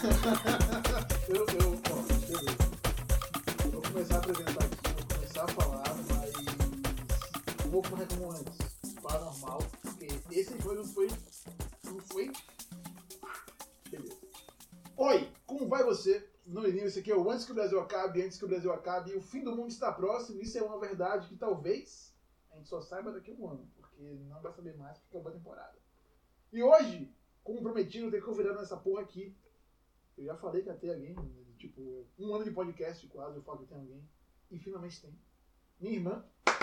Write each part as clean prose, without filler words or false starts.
Ó, beleza. Vou começar a apresentar aqui, vou começar a falar, mas eu vou correr como antes, paranormal, porque esse episódio não foi. Beleza. Oi, como vai você? No início, esse aqui é o Antes que o Brasil Acabe, Antes que o Brasil Acabe, o fim do mundo está próximo, isso é uma verdade que talvez a gente só saiba daqui a um ano, porque não vai saber mais porque acabou a temporada. E hoje, como prometido, eu tenho convidado nessa porra aqui. Eu já falei que ia ter alguém, tipo, um ano de podcast quase, eu falo que tem alguém. E finalmente tem. Minha irmã.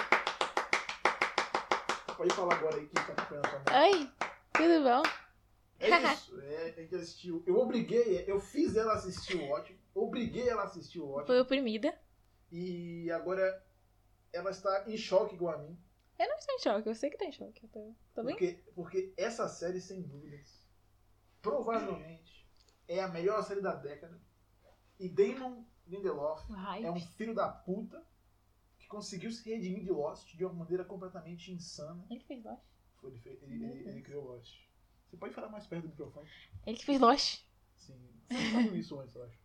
Pode falar agora aí que tá acompanhando a sua mãe. Oi, tudo bom? É isso, a gente assistiu. Eu fiz ela assistir o ótimo. Obriguei ela a assistir o ótimo. Foi oprimida. E agora ela está em choque igual a mim. Eu não estou em choque, eu sei que tá em choque. Tô bem? Porque essa série, sem dúvidas, provavelmente é a melhor série da década. E Damon Lindelof Hype. é um filho da puta que conseguiu se redimir de Lost de uma maneira completamente insana. Ele fez Lost. Ele criou Lost. Você pode falar mais perto do microfone? Ele que fez Lost. Sim, você falou isso antes, eu acho.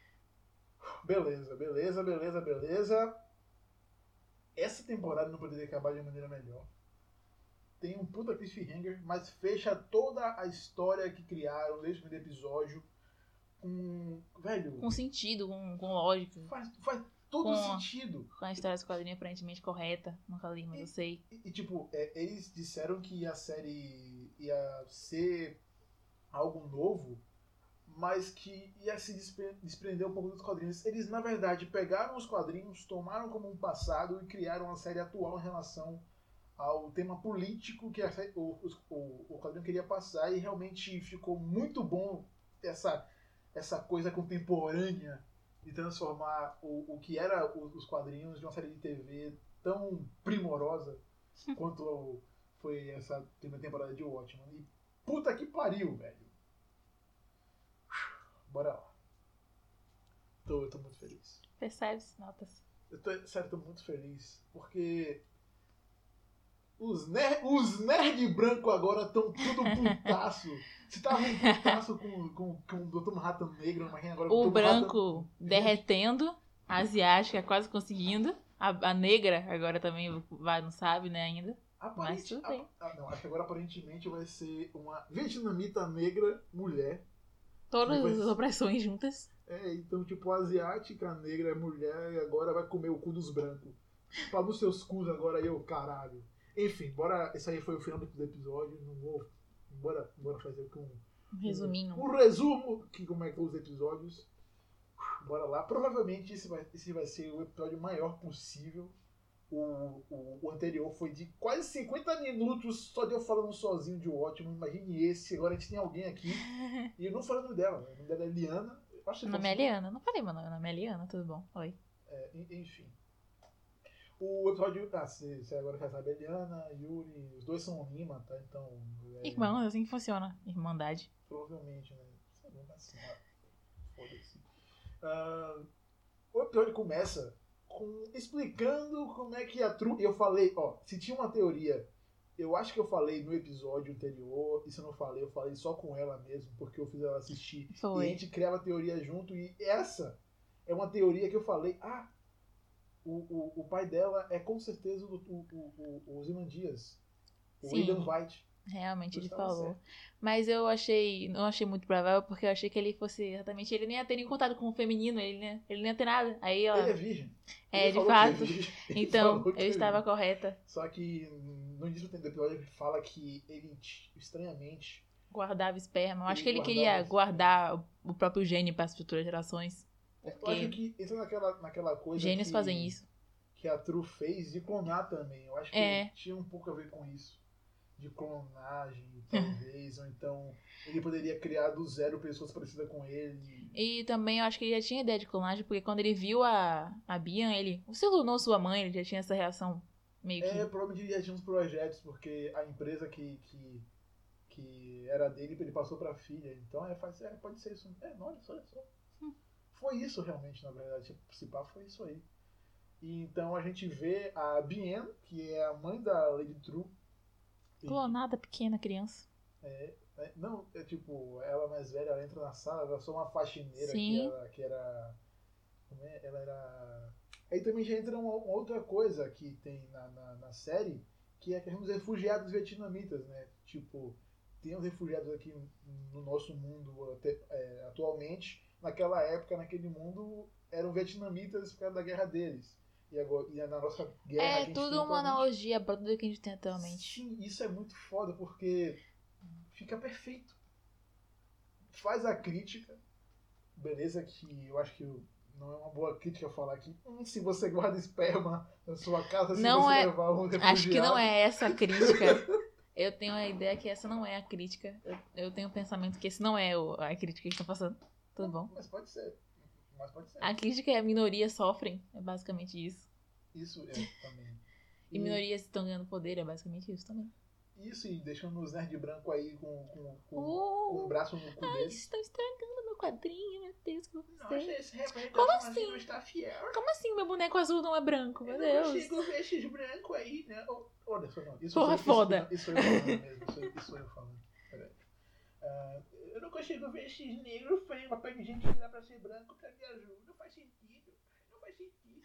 Beleza. Essa temporada não poderia acabar de maneira melhor. Tem um puta cliffhanger, mas fecha toda a história que criaram desde o primeiro episódio Com sentido, com lógica. Faz todo sentido. Com a história do quadrinho aparentemente correta. Nunca li, mas eu sei. Tipo, eles disseram que a série ia ser algo novo, mas que ia se desprender um pouco dos quadrinhos. Eles, na verdade, pegaram os quadrinhos, tomaram como um passado e criaram uma série atual em relação ao tema político que o quadrinho queria passar, e realmente ficou muito bom essa coisa contemporânea de transformar o que era os quadrinhos de uma série de TV tão primorosa quanto foi essa primeira temporada de Watchmen. E puta que pariu, velho. Bora lá. Eu tô muito feliz. Percebe-se, nota-se. Sério, tô muito feliz. Porque os nerd branco agora estão tudo putaço. Se tava um putaço com o Dr. Manhattan negro, imagina agora O Dr. branco Manhattan derretendo, a asiática quase conseguindo. A negra agora também não sabe, né, ainda. Mas tudo bem. Não, acho que agora aparentemente vai ser uma vietnamita negra mulher. Todas as opressões juntas. Então, tipo, a asiática, a negra, a mulher, e agora vai comer o cu dos brancos. Fala nos seus cus agora aí, ô caralho. Enfim, bora. Esse aí foi o final do episódio. Não vou. Bora fazer aqui Um resuminho. Um resumo de como é que foi os episódios. Bora lá. Provavelmente esse vai ser o episódio maior possível. O anterior foi de quase 50 minutos só de eu falando sozinho de Watchmen. Imagine esse. Agora a gente tem alguém aqui. E eu não falei o nome dela. O nome dela é Liana. Meu nome é Liana. Não falei meu nome. Meu nome é Liana. Tudo bom? Oi. Enfim. O episódio. Você agora já sabe, Eliana, Yuri, os dois são rima, tá? Então. Irmãos, assim que funciona. Irmandade. Provavelmente, né? Foda-se. O episódio começa explicando como é que a Tru. Eu falei, se tinha uma teoria, eu acho que eu falei no episódio anterior, e se eu não falei, eu falei só com ela mesmo, porque eu fiz ela assistir. Foi. E a gente criava a teoria junto, e essa é uma teoria que eu falei, o pai dela é com certeza o Ozymandias, o Aidan White. Realmente ele falou. Certo. Mas eu não achei muito provável, porque eu achei que ele fosse exatamente. Ele nem ia ter nem contato com o feminino, ele não ia ter nada. Aí, ó. Ele é virgem. De fato. Então, eu estava correta. Só que no início do episódio ele fala que ele, estranhamente, guardava esperma. Eu acho que ele queria guardar o próprio gene para as futuras gerações. Porque eu acho que entra naquela coisa. Gênios fazem isso. Que a Tru fez de clonar também. Eu acho que tinha um pouco a ver com isso. De clonagem, talvez. Ou então ele poderia criar do zero pessoas parecidas com ele. E também eu acho que ele já tinha ideia de clonagem, porque quando ele viu a Bian, você clonou sua mãe, ele já tinha essa reação meio que. Provavelmente ele já tinha uns projetos, porque a empresa que era dele, ele passou pra filha. Então pode ser isso. Olha só. Foi isso realmente, na verdade. Se pá, foi isso aí. E então a gente vê a Bian, que é a mãe da Lady Tru. Clonada, pequena criança. Não, é tipo, ela mais velha, ela entra na sala, ela é só uma faxineira Sim. que era. Como é? Ela era. Aí também já entra uma outra coisa que tem na série, que é a questão dos refugiados vietnamitas, né? Tipo, tem os refugiados aqui no nosso mundo atualmente. Naquela época, naquele mundo, eram vietnamitas por causa da guerra deles. E agora, e na nossa guerra É que a gente tem tudo uma atualmente. analogia pra tudo que a gente tem atualmente. Sim, isso é muito foda, porque fica perfeito. Faz a crítica, beleza, que eu acho que não é uma boa crítica falar que se você guarda esperma na sua casa, se Não você é. levar um refugiado... Acho que não é essa a crítica. Eu tenho a ideia que essa não é a crítica. Eu tenho o pensamento que esse não é a crítica que eles estão passando. Tudo bom? Mas pode ser. A crítica é a minoria sofrem. É basicamente isso. Isso também. E minorias estão ganhando poder. É basicamente isso também. Isso, e deixando os nerds branco aí com o braço no cu Ai, deles. estão estragando meu quadrinho. Meu Deus, que eu vou fazer? Nossa, esse representante Como assim? não está fiel. Como assim meu boneco azul não é branco? Meu Eu Deus. não consigo ver esses brancos aí, né? Olha só, não. Porra, foda. Isso eu falando mesmo. Isso eu falando. Peraí. Eu não consigo ver esses negros feios, papel de gente que dá pra ser branco pra me ajuda. Não faz sentido. Não faz sentido.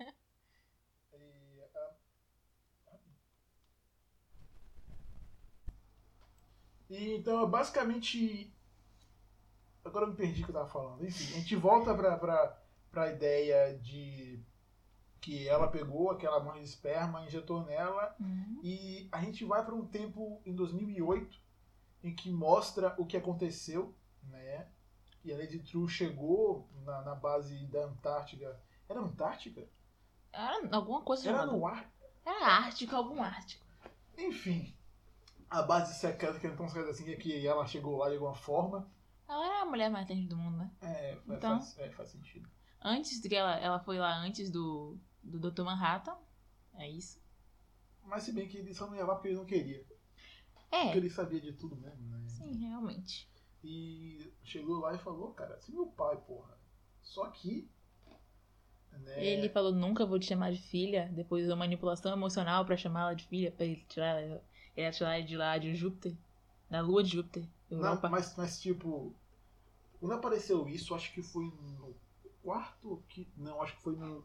E então, basicamente. Agora eu me perdi o que eu tava falando. Enfim, a gente volta pra ideia de que ela pegou aquela mãe de esperma, injetou nela, e a gente vai para um tempo em 2008 em que mostra o que aconteceu, né? E a Lady True chegou na base da Antártica. Era Antártica? Era alguma coisa Era chamada. no ar? Era Ártico, algum Ártico. Enfim, a base secreta, que é tão secreta assim, é que ela chegou lá de alguma forma. Ela era a mulher mais inteligente do mundo, né? Então, faz sentido. Antes de que ela foi lá antes do Dr. Manhattan. É isso. Mas se bem que ele só não ia lá porque ele não queria. Porque ele sabia de tudo mesmo, né? Sim, realmente. E chegou lá e falou, cara, esse é meu pai, porra. Só que... Né? Ele falou, nunca vou te chamar de filha. Depois usou manipulação emocional pra chamá-la de filha. Pra ele tirar ela de lá de Júpiter. Da lua de Júpiter. Europa. Não, mas tipo... Quando apareceu isso, acho que foi no quarto... Não, acho que foi no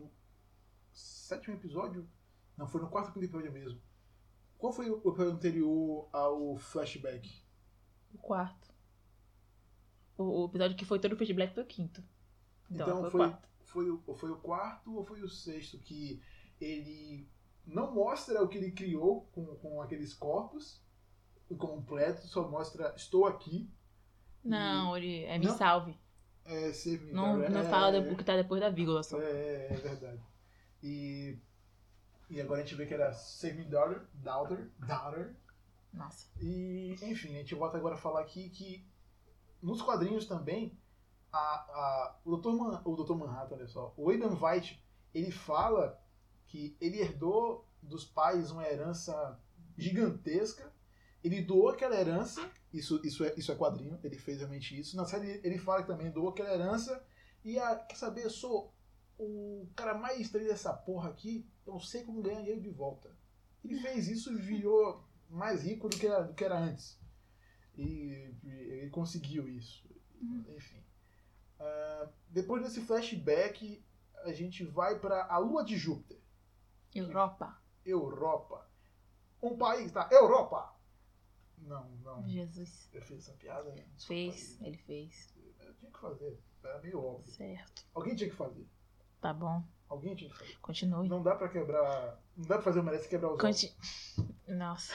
7º episódio. Não, foi no 4º episódio mesmo. Qual foi o episódio anterior ao flashback? O 4º. O episódio que foi todo o flashback foi o 5º. Então foi o 4º. Foi o 4º ou foi o 6º que ele não mostra o que ele criou com aqueles corpos completo, só mostra estou aqui. Não, ele me salve. Não fala o que tá depois da vírgula só. É verdade. E agora a gente vê que era Save Me Daughter. Nossa. E, enfim, a gente volta agora a falar aqui que nos quadrinhos também o Dr. Manhattan, olha só, o Aidan White, ele fala que ele herdou dos pais uma herança gigantesca, ele doou aquela herança, isso é quadrinho, ele fez realmente isso, na série ele fala que também doou aquela herança, e quer saber, eu sou o cara mais estranho dessa porra aqui, eu sei como ganhar dinheiro de volta. Ele fez isso e virou mais rico do que era antes. E ele conseguiu isso. Enfim. Depois desse flashback, a gente vai para a lua de Júpiter. Europa. Um país da Europa. Não. Jesus. Eu fiz essa piada? Né? Ele fez. Eu tinha que fazer. Era meio óbvio. Certo. Alguém tinha que fazer. Tá bom. Alguém tinha que fazer. Continue. Não dá pra quebrar... Não dá pra fazer o merece quebrar os ovos. Nossa.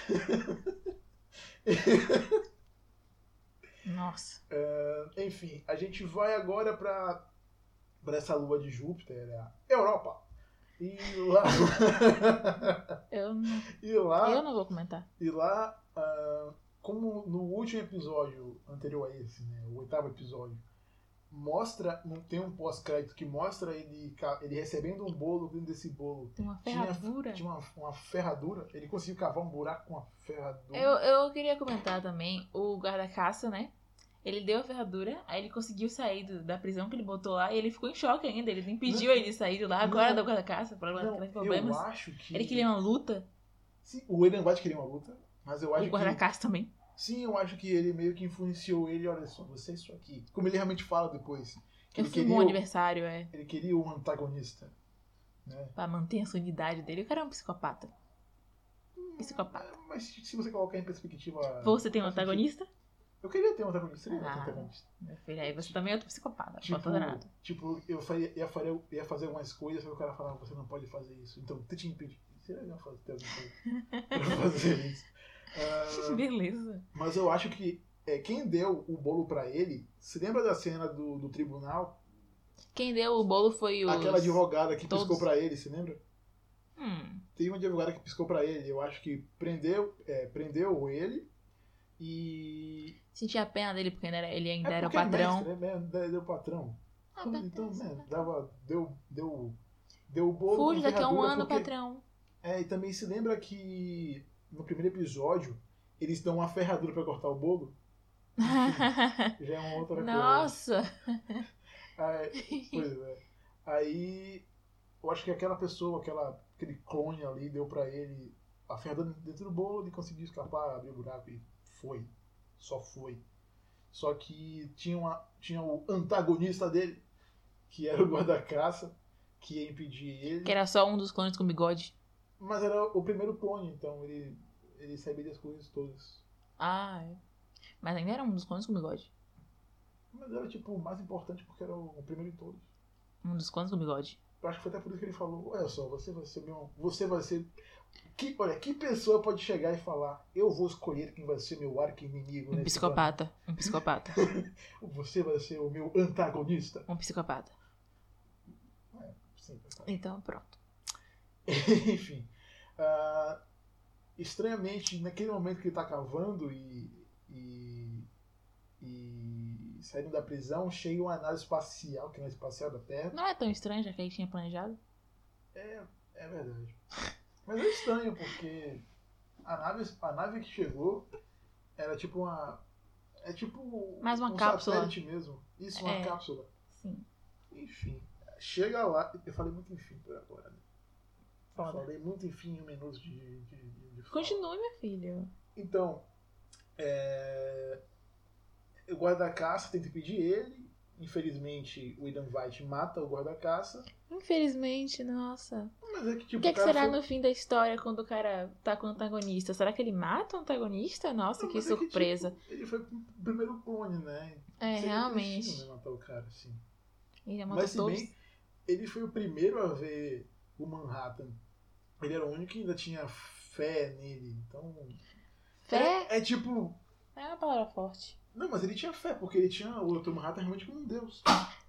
Nossa. Enfim, a gente vai agora pra essa lua de Júpiter, a Europa. E lá... Eu não vou comentar. E lá, como no último episódio anterior a esse, né, o 8º episódio, tem um pós-crédito que mostra ele recebendo um bolo, dentro desse bolo tem uma ferradura. Tinha uma ferradura, ele conseguiu cavar um buraco com a ferradura. Eu queria comentar também, o guarda-caça, né? Ele deu a ferradura, aí ele conseguiu sair da prisão que ele botou lá, e ele ficou em choque ainda, ele impediu ele de sair de lá, agora do guarda-caça, problemas. Eu acho que... Ele queria uma luta. Sim, o Aidan White queria uma luta, mas eu acho que... O guarda-caça também. Sim, eu acho que ele meio que influenciou ele, olha só, você é isso aqui. Como ele realmente fala depois. Que Eu fui um bom aniversário, é. Ele queria um antagonista. Né? Pra manter a sanidade dele. O cara é um psicopata. Psicopata. Mas se você colocar em perspectiva... Você tem um antagonista? Eu queria ter um antagonista, seria um antagonista. Meu filho, aí você também é outro psicopata. Tipo, eu ia fazer algumas coisas, só que o cara falava, você não pode fazer isso. Então, tente impedir. Seria legal ter alguma coisa pra fazer isso. Beleza. Mas eu acho que quem deu o bolo pra ele, se lembra da cena do tribunal? Quem deu o bolo foi aquela advogada que piscou pra ele, se lembra? Tem uma advogada que piscou pra ele. Eu acho que prendeu ele e... Sentia a pena dele porque ele ainda era o patrão. Ele era o patrão. Então, deu o bolo. Fuge daqui a um ano, patrão. E também se lembra que no primeiro episódio eles dão uma ferradura pra cortar o bolo. Enfim, já é uma outra coisa. Nossa! Pois é. Aí eu acho que aquela pessoa, aquele clone ali deu pra ele a ferradura dentro do bolo, ele conseguiu escapar, abrir o buraco e foi. Só foi. Só que tinha o antagonista dele, que era o guarda-caça, que ia impedir ele. Que era só um dos clones com bigode. Mas era o primeiro clone, então ele sabia das coisas todas. Mas ainda era um dos clones com bigode. Mas era tipo o mais importante porque era o primeiro de todos. Um dos clones com bigode. Eu acho que foi até por isso que ele falou, olha só, você vai ser... Que pessoa pode chegar e falar, eu vou escolher quem vai ser meu arqui-inimigo. Um psicopata. Você vai ser o meu antagonista. Um psicopata. Sim, então, pronto. Enfim. Estranhamente, naquele momento que ele tá cavando e saindo da prisão, chega uma nave espacial, que não é espacial da Terra. Não é tão estranho, já que ele tinha planejado. É verdade. Mas é estranho, porque a nave que chegou era tipo uma... É tipo mais uma um cápsula. Satélite mesmo. Isso, uma cápsula. Sim. Enfim. Chega lá... Eu falei muito enfim por agora, né? Foda. Falei muito enfim em 1 minuto de fala. Continue, meu filho. Então... O guarda-caça tenta impedir ele. Infelizmente, o Ian White mata o guarda-caça. Infelizmente, nossa. Mas é que, tipo, o que será no fim da história quando o cara tá com o antagonista? Será que ele mata o antagonista? Nossa, que surpresa. Que, tipo, ele foi o primeiro clone, né? Realmente. Né, matar o cara, assim. Ele matou mas se todos. bem, ele foi o primeiro a ver o Manhattan. Ele era o único que ainda tinha fé nele. Então... Fé? É tipo... É uma palavra forte. Não, mas ele tinha fé, porque ele tinha o Dr. Manhattan realmente como um deus.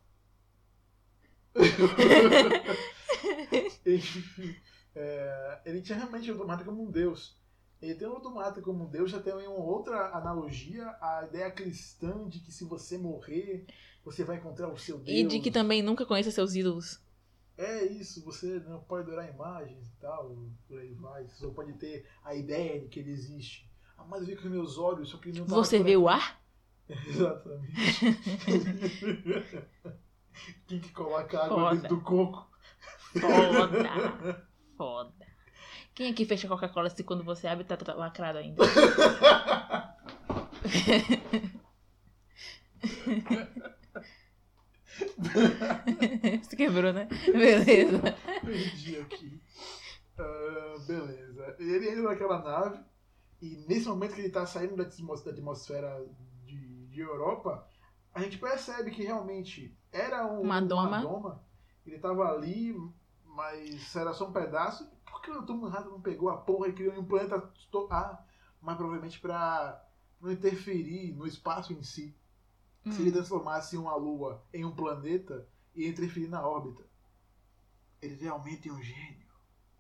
Ele tinha realmente o Dr. Manhattan como um deus. Ele tem o Dr. Manhattan como um deus, já tem uma outra analogia, a ideia cristã de que se você morrer, você vai encontrar o seu Deus. E de que também nunca conheça seus ídolos. É isso, você não pode adorar imagens e tal, por aí vai. Você só pode ter a ideia de que ele existe. Mas eu vi com meus olhos, só que ele não tá. Você vê o ar? Exatamente. Quem que coloca água dentro do coco? Foda. Quem aqui fecha a Coca-Cola se quando você abre tá lacrado ainda? Você quebrou, né? Beleza. Perdi aqui. Beleza. Ele entra naquela nave e nesse momento que ele tá saindo da atmosfera de Europa, a gente percebe que realmente era uma doma. Ele tava ali, mas era só um pedaço. Por que o Dr. Manhattan não pegou a porra e criou um planeta? Mas provavelmente pra não interferir no espaço em si. Se ele transformasse uma lua em um planeta e interferir na órbita. Ele realmente é um gênio.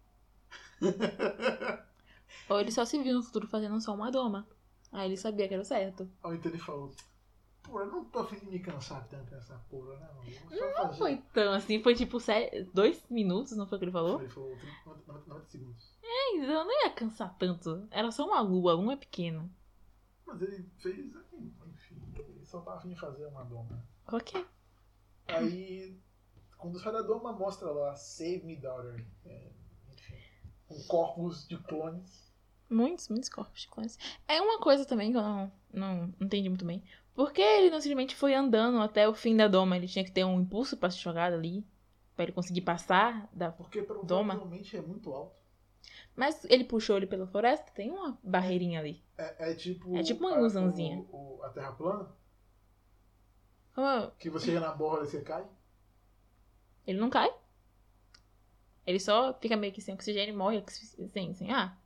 Ou ele só se viu no futuro fazendo só uma doma. Aí ele sabia que era o certo. Ou então ele falou, pô, eu não tô afim de me cansar tanto nessa porra, né? Não foi tão assim, foi tipo 2 minutos, não foi o que ele falou? Ele falou 90 segundos. Então não ia cansar tanto. Era só uma lua, uma é pequena. Mas ele fez, enfim, ele só tava afim de fazer uma doma. Ok. Aí, quando sai da doma, mostra lá, Save Me Daughter. Enfim, com corpos de clones. Muitos corpos de clones. É uma coisa também que eu não entendi muito bem. Por que ele não simplesmente foi andando até o fim da doma? Ele tinha que ter um impulso pra se jogar ali. Pra ele conseguir passar da Porque doma. provavelmente é muito alto. Mas ele puxou ele pela floresta? Tem uma barreirinha ali. É tipo... É tipo uma ilusãozinha. A Terra plana, Como- que você chega na borda e você cai. Ele não cai. Ele só fica meio que sem oxigênio e morre sem ar.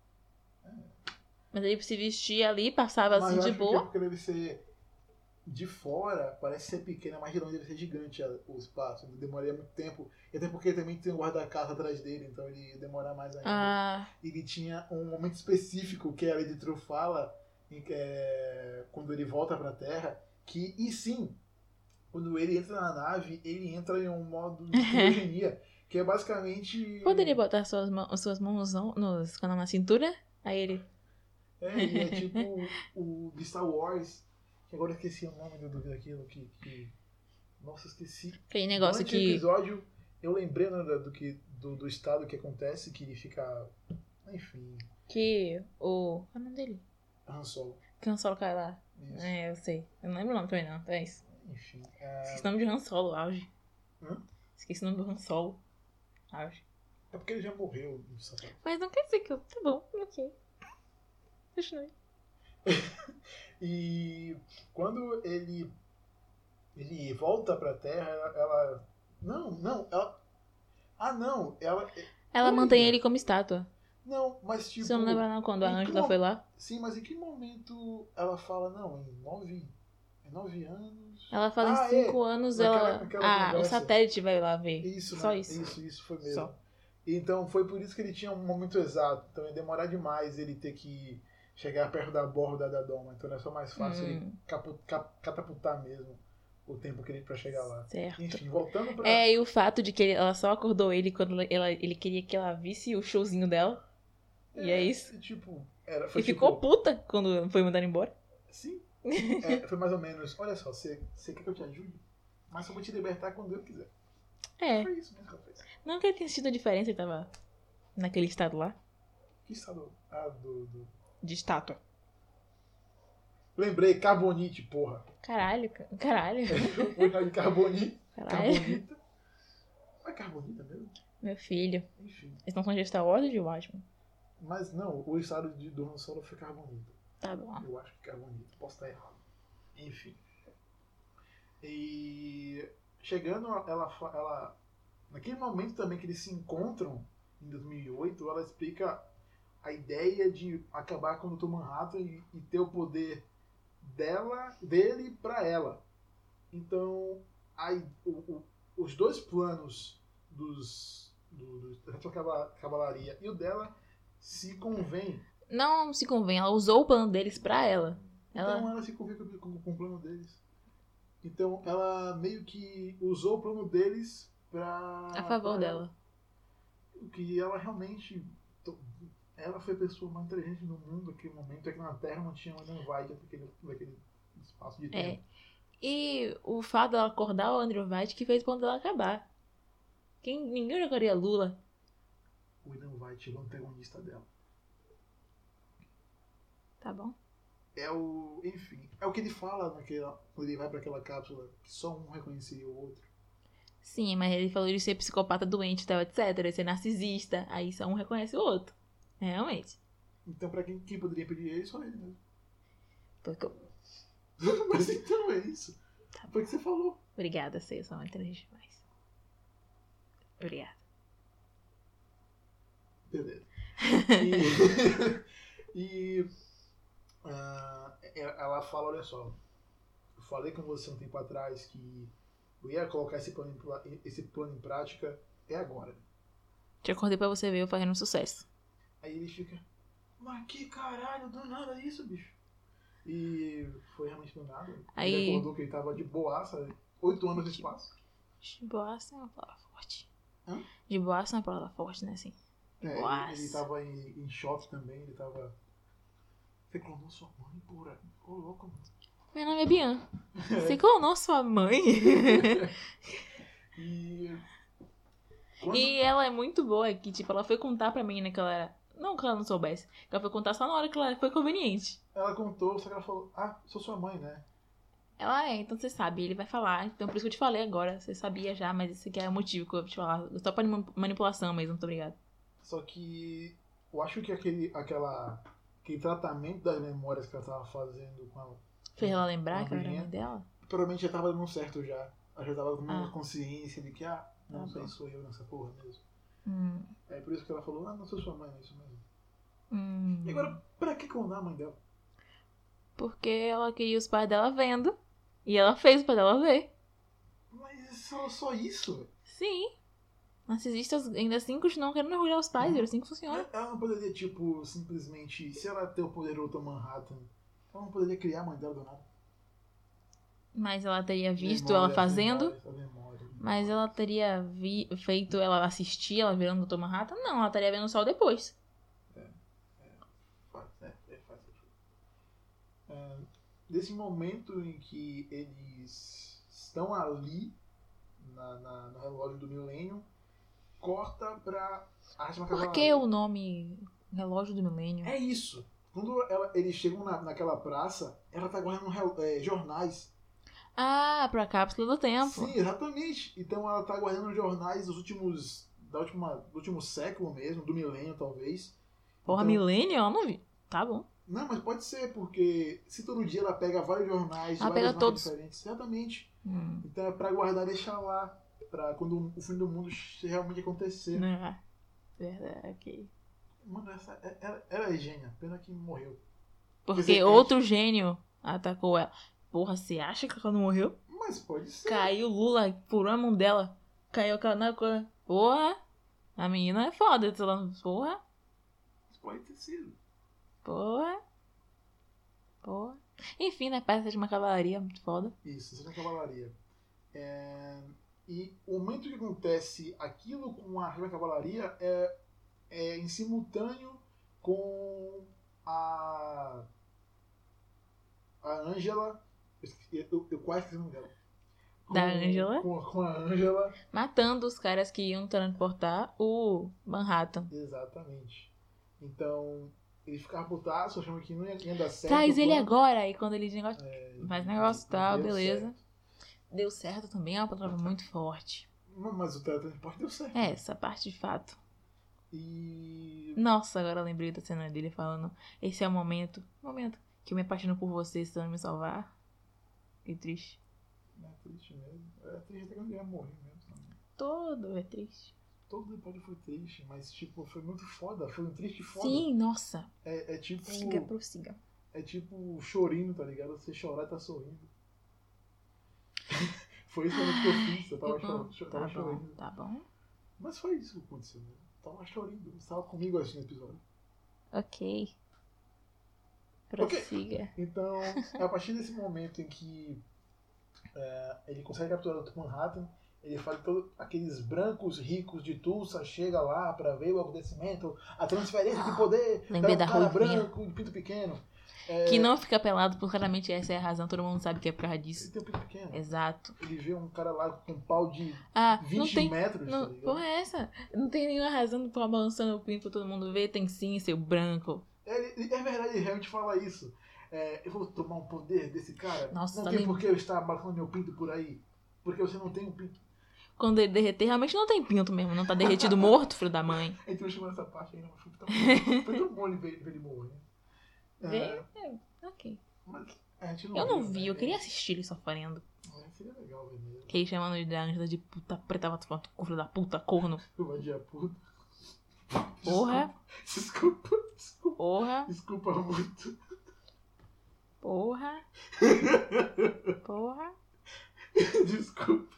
Mas ele se vestia ali, passava Mas assim eu de acho que é boa. porque deve ser... De fora, parece ser pequena, mas de longe deve ser gigante o espaço. Demoraria muito tempo. E até porque também tem um guarda-casa atrás dele, então ele ia demorar mais ainda. Ah, Ele tinha um momento específico que a Lady True fala, quando ele volta pra Terra, que, e sim, quando ele entra na nave, ele entra em um modo de criogenia, que é basicamente... poderia botar suas mãos na cintura? Aí ele... E é tipo o de Star Wars, que agora eu esqueci o nome daquilo que... Nossa, esqueci. Aquele negócio Durante o que... episódio, eu lembrei, né, do estado que acontece, que ele fica... Enfim, Qual é o nome dele? Han Solo. Que o Han Solo cai lá. Isso. É, eu sei. Eu não lembro o nome também, não. Então é isso. Enfim. Esqueci o nome de Han Solo, auge. Hã? Esqueci o nome do Han Solo. Auge. É porque ele já morreu. Sabe? Mas não quer dizer que eu... Tá bom, ok. Continue. E quando ele volta pra Terra, ela... Não, ela... Ah, não, ela... Ela mantém ele como estátua. Não, mas tipo... Você não lembra não quando a em que Angela foi lá? Sim, mas em que momento ela fala, não, em 9 anos... Ela fala Ah, em 5 anos ela... naquela o conversa. satélite vai lá ver. Isso, Só né? isso. Isso foi mesmo. Só. Então foi por isso que ele tinha um momento exato. Então ia demorar demais ele ter que chegar perto da borda da doma. Então é só mais fácil ele catapultar mesmo o tempo que ele pra chegar lá. Certo. Enfim, voltando pra... E o fato de que ela só acordou ele quando ele queria que ela visse o showzinho dela. E é isso. Tipo, E ficou puta quando foi mandar embora. Sim. Foi mais ou menos, olha só, você quer que eu te ajude? Mas só vou te libertar quando eu quiser. É. Foi isso mesmo que ela fez. Não que ele tenha sentido a diferença, ele tava naquele estado lá. Que estado? De estátua. Lembrei, Carbonite, porra. Caralho. Vou chamar de Carbonite. Caralho. Carbonita. Não é Carbonita mesmo? Meu filho. Enfim. Eles estão falando de Star Wars ou de Watchmen? Mas não, o estado do Han Solo foi Carbonita. Tá bom. Eu acho que Carbonita. Posso estar errado. Enfim. E chegando, ela naquele momento também que eles se encontram, em 2008, ela explica a ideia de acabar com o Dr. Manhattan e ter o poder dele pra ela. Então, os dois planos da cavalaria e o dela se convém. Não se convém, ela usou o plano deles pra ela. Então ela se convém com o plano deles. Então ela meio que usou o plano deles A favor dela. O que ela realmente... Ela foi a pessoa mais inteligente do mundo naquele momento. É que na Terra não tinha Andrew White naquele espaço de tempo. E o fato dela acordar o Andrew White que fez o plano dela acabar. Ninguém jogaria Lula. O Andrew White é o antagonista dela. Tá bom. Enfim, é o que ele fala quando ele vai pra aquela cápsula, que só um reconheceria o outro. Sim, mas ele falou de ser psicopata doente, tal, etc. De ser narcisista. Aí só um reconhece o outro. Realmente. Então pra quem poderia pedir ele, só ele mesmo. Porque... Mas então é isso. Tá Foi o que você falou. Obrigada, sei, eu sou uma inteligente demais. Obrigada. Beleza. Ela fala, olha só, eu falei com você um tempo atrás que eu ia colocar esse plano em prática, é agora. Te acordei pra você ver eu fazendo sucesso. Aí ele fica, mas que caralho, do nada isso, bicho. E foi realmente do nada. Aí... Ele acordou que ele tava de boaça, 8 anos no espaço. De boaça é uma palavra forte. Hã? De boaça é uma palavra forte, né, assim? Ele tava em choque também, ele tava... Você clonou sua mãe, porra. Ô, louco, mano. Meu nome é Bian. Você clonou sua mãe? E ela é muito boa, que tipo, ela foi contar pra menina que ela era... Não que ela não soubesse. Que ela foi contar só na hora que ela foi conveniente. Ela contou, só que ela falou, sou sua mãe, né? Ela então você sabe, ele vai falar. Então por isso que eu te falei agora. Você sabia já, mas esse aqui é o motivo que eu vou te falar. Só pra manipulação mesmo, muito obrigada. Só que eu acho que aquele tratamento das memórias que ela tava fazendo com ela. Fez ela lembrar que ela era a mãe dela? Provavelmente já tava dando certo já. Ela já tava com uma consciência de que, não sei, sou eu nessa porra mesmo. É por isso que ela falou, não sou sua mãe, é isso mesmo. E agora, pra que condenar a mãe dela? Porque ela queria os pais dela vendo. E ela fez pra ela ver. Mas só isso, velho. Sim. Narcisistas ainda assim continuam querendo orgulhar os pais, é assim que funciona. Ela não poderia, tipo, simplesmente, se ela ter o poder do Dr. Manhattan, ela não poderia criar a mãe dela do nada. Mas ela teria visto ela fazendo. Memória. Mas ela teria feito ela assistir ela virando Dr. Manhattan? Não, ela estaria vendo só depois. Faz sentido. Desse momento em que eles estão ali no relógio do milênio, corta pra arte macabra. Por que o nome relógio do milênio? É isso. Quando eles chegam naquela praça, ela tá guardando jornais. Pra cápsula do tempo. Sim, exatamente. Então ela tá guardando jornais do último século mesmo, do milênio talvez. Porra, então, milênio? Eu não vi. Tá bom. Não, mas pode ser, porque se todo dia ela pega vários jornais de ela várias pega todos diferentes. Exatamente. Então é pra guardar e deixar lá. Pra quando o fim do mundo realmente acontecer. Verdade, ok. Mano, ela é gênia. Pena que morreu. Porque outro gênio atacou ela. Porra, você acha que ela não morreu? Mas pode ser. Caiu Lula, furou a mão dela. Caiu na coisa. Porra! A menina é foda. Porra! Pode ter sido. Porra! Enfim, né? Peça de uma cavalaria muito foda. Isso, isso é uma cavalaria. E o momento que acontece aquilo com a cavalaria é em simultâneo com a Angela. Eu quase esqueci o nome dela. Da Angela? Com a Angela. Matando os caras que iam transportar o Manhattan. Exatamente. Então, ele ficava putaço, achando que não ia dar certo. Traz ele agora. E quando ele faz negócio e tal, beleza. Certo. Deu certo também, é uma palavra muito forte. Mas o teletransporte deu certo. Essa parte de fato. E... Nossa, agora eu lembrei da cena dele falando: esse é o momento que eu me apaixono por você, se não me salvar. Que triste. É triste mesmo. É triste até quando ele ia morrer mesmo. Também. Todo é triste. Todo o episódio foi triste, mas tipo, foi muito foda. Foi um triste foda. Sim, nossa. É tipo... Prossiga. É tipo chorino, tá ligado? Você chorar e tá sorrindo. Foi isso que eu fiz. Eu tava chorando. Tá bom. Mas foi isso que aconteceu. Né? Eu tava chorando. Você tava comigo assim no episódio. Ok. Prossiga. Okay. Então, a partir desse momento em que ele consegue capturar o Dr. Manhattan, ele fala que todos aqueles brancos ricos de Tulsa chegam lá pra ver o acontecimento, a transferência de poder da cara ruivinha. branco de pinto pequeno. Que não fica pelado, porque claramente essa é a razão, todo mundo sabe que é por causa disso. Ele tem um pinto pequeno. Exato. Ele vê um cara lá com um pau de 20 não tem, metros. Não, tá ligado? porra é essa? Não tem nenhuma razão do pau balançando o pinto pra todo mundo ver, tem sim, seu branco. É verdade, ele realmente fala isso. Eu vou tomar um poder desse cara. Nossa, não tem por que eu estar balançando meu pinto por aí. Porque você não tem um pinto. Quando ele derreter, realmente não tem pinto mesmo. Não tá derretido morto, filho da mãe. A gente vai chamar essa parte aí, não. Foi tão bom ele ver ele morrer. Ok. Mas a gente Eu não vi, eu queria assistir ele sofrendo. Seria legal ver mesmo. Que ele chamando ele da Ângela de puta preta, filho da puta, corno. Vadia puta. Porra. Desculpa. Porra. Desculpa muito. Porra. Desculpa.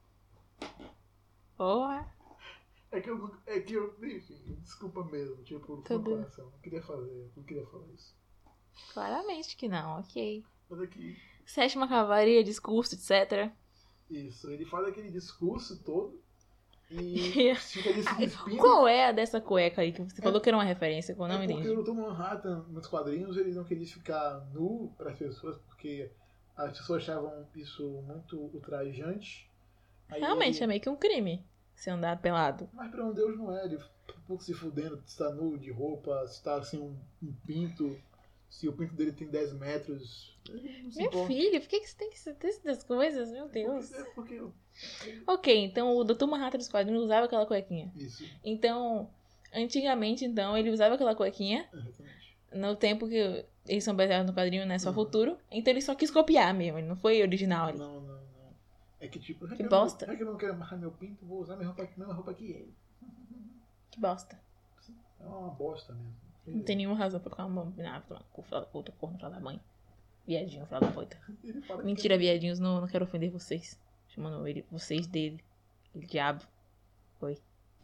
Porra. É que eu, enfim, desculpa mesmo, tipo, no coração. Não queria falar isso. Claramente que não, ok. Mas aqui. Sétima cavalaria, discurso, etc. Isso, ele faz aquele discurso todo e fica ali se despindo. Qual é a dessa cueca aí que você falou que era uma referência que eu não entendi? Porque o Dr. Manhattan, nos quadrinhos, ele não queria ficar nu para as pessoas porque as pessoas achavam isso muito ultrajante. Aí Realmente, é meio que um crime. se andar pelado. Mas pra um Deus não é, ele um pouco se fudendo, se tá nu de roupa, se tá assim um pinto, se o pinto dele tem 10 metros. Ele não se Meu importa. filho, por que você tem que saber essas coisas? Meu Deus. Porque Ok, então o Dr. Manhattan dos quadrinhos usava aquela cuequinha. isso, Então, antigamente, então, ele usava aquela cuequinha. exatamente. No tempo que eles são baseados no quadrinho, né? Só Uhum. futuro. Então ele só quis copiar mesmo. Ele não foi original ali. Não. É que tipo, Que bosta. Já que eu não quero amarrar meu pinto, vou usar a mesma roupa que ele. Que bosta. É uma bosta mesmo. Não tem nenhuma razão pra ficar uma outra cor no final da mãe. Viadinho, final da moita. Ele fala que Mentira, viadinhos, não quero ofender vocês. Chamando vocês dele. Ele diabo. Oi.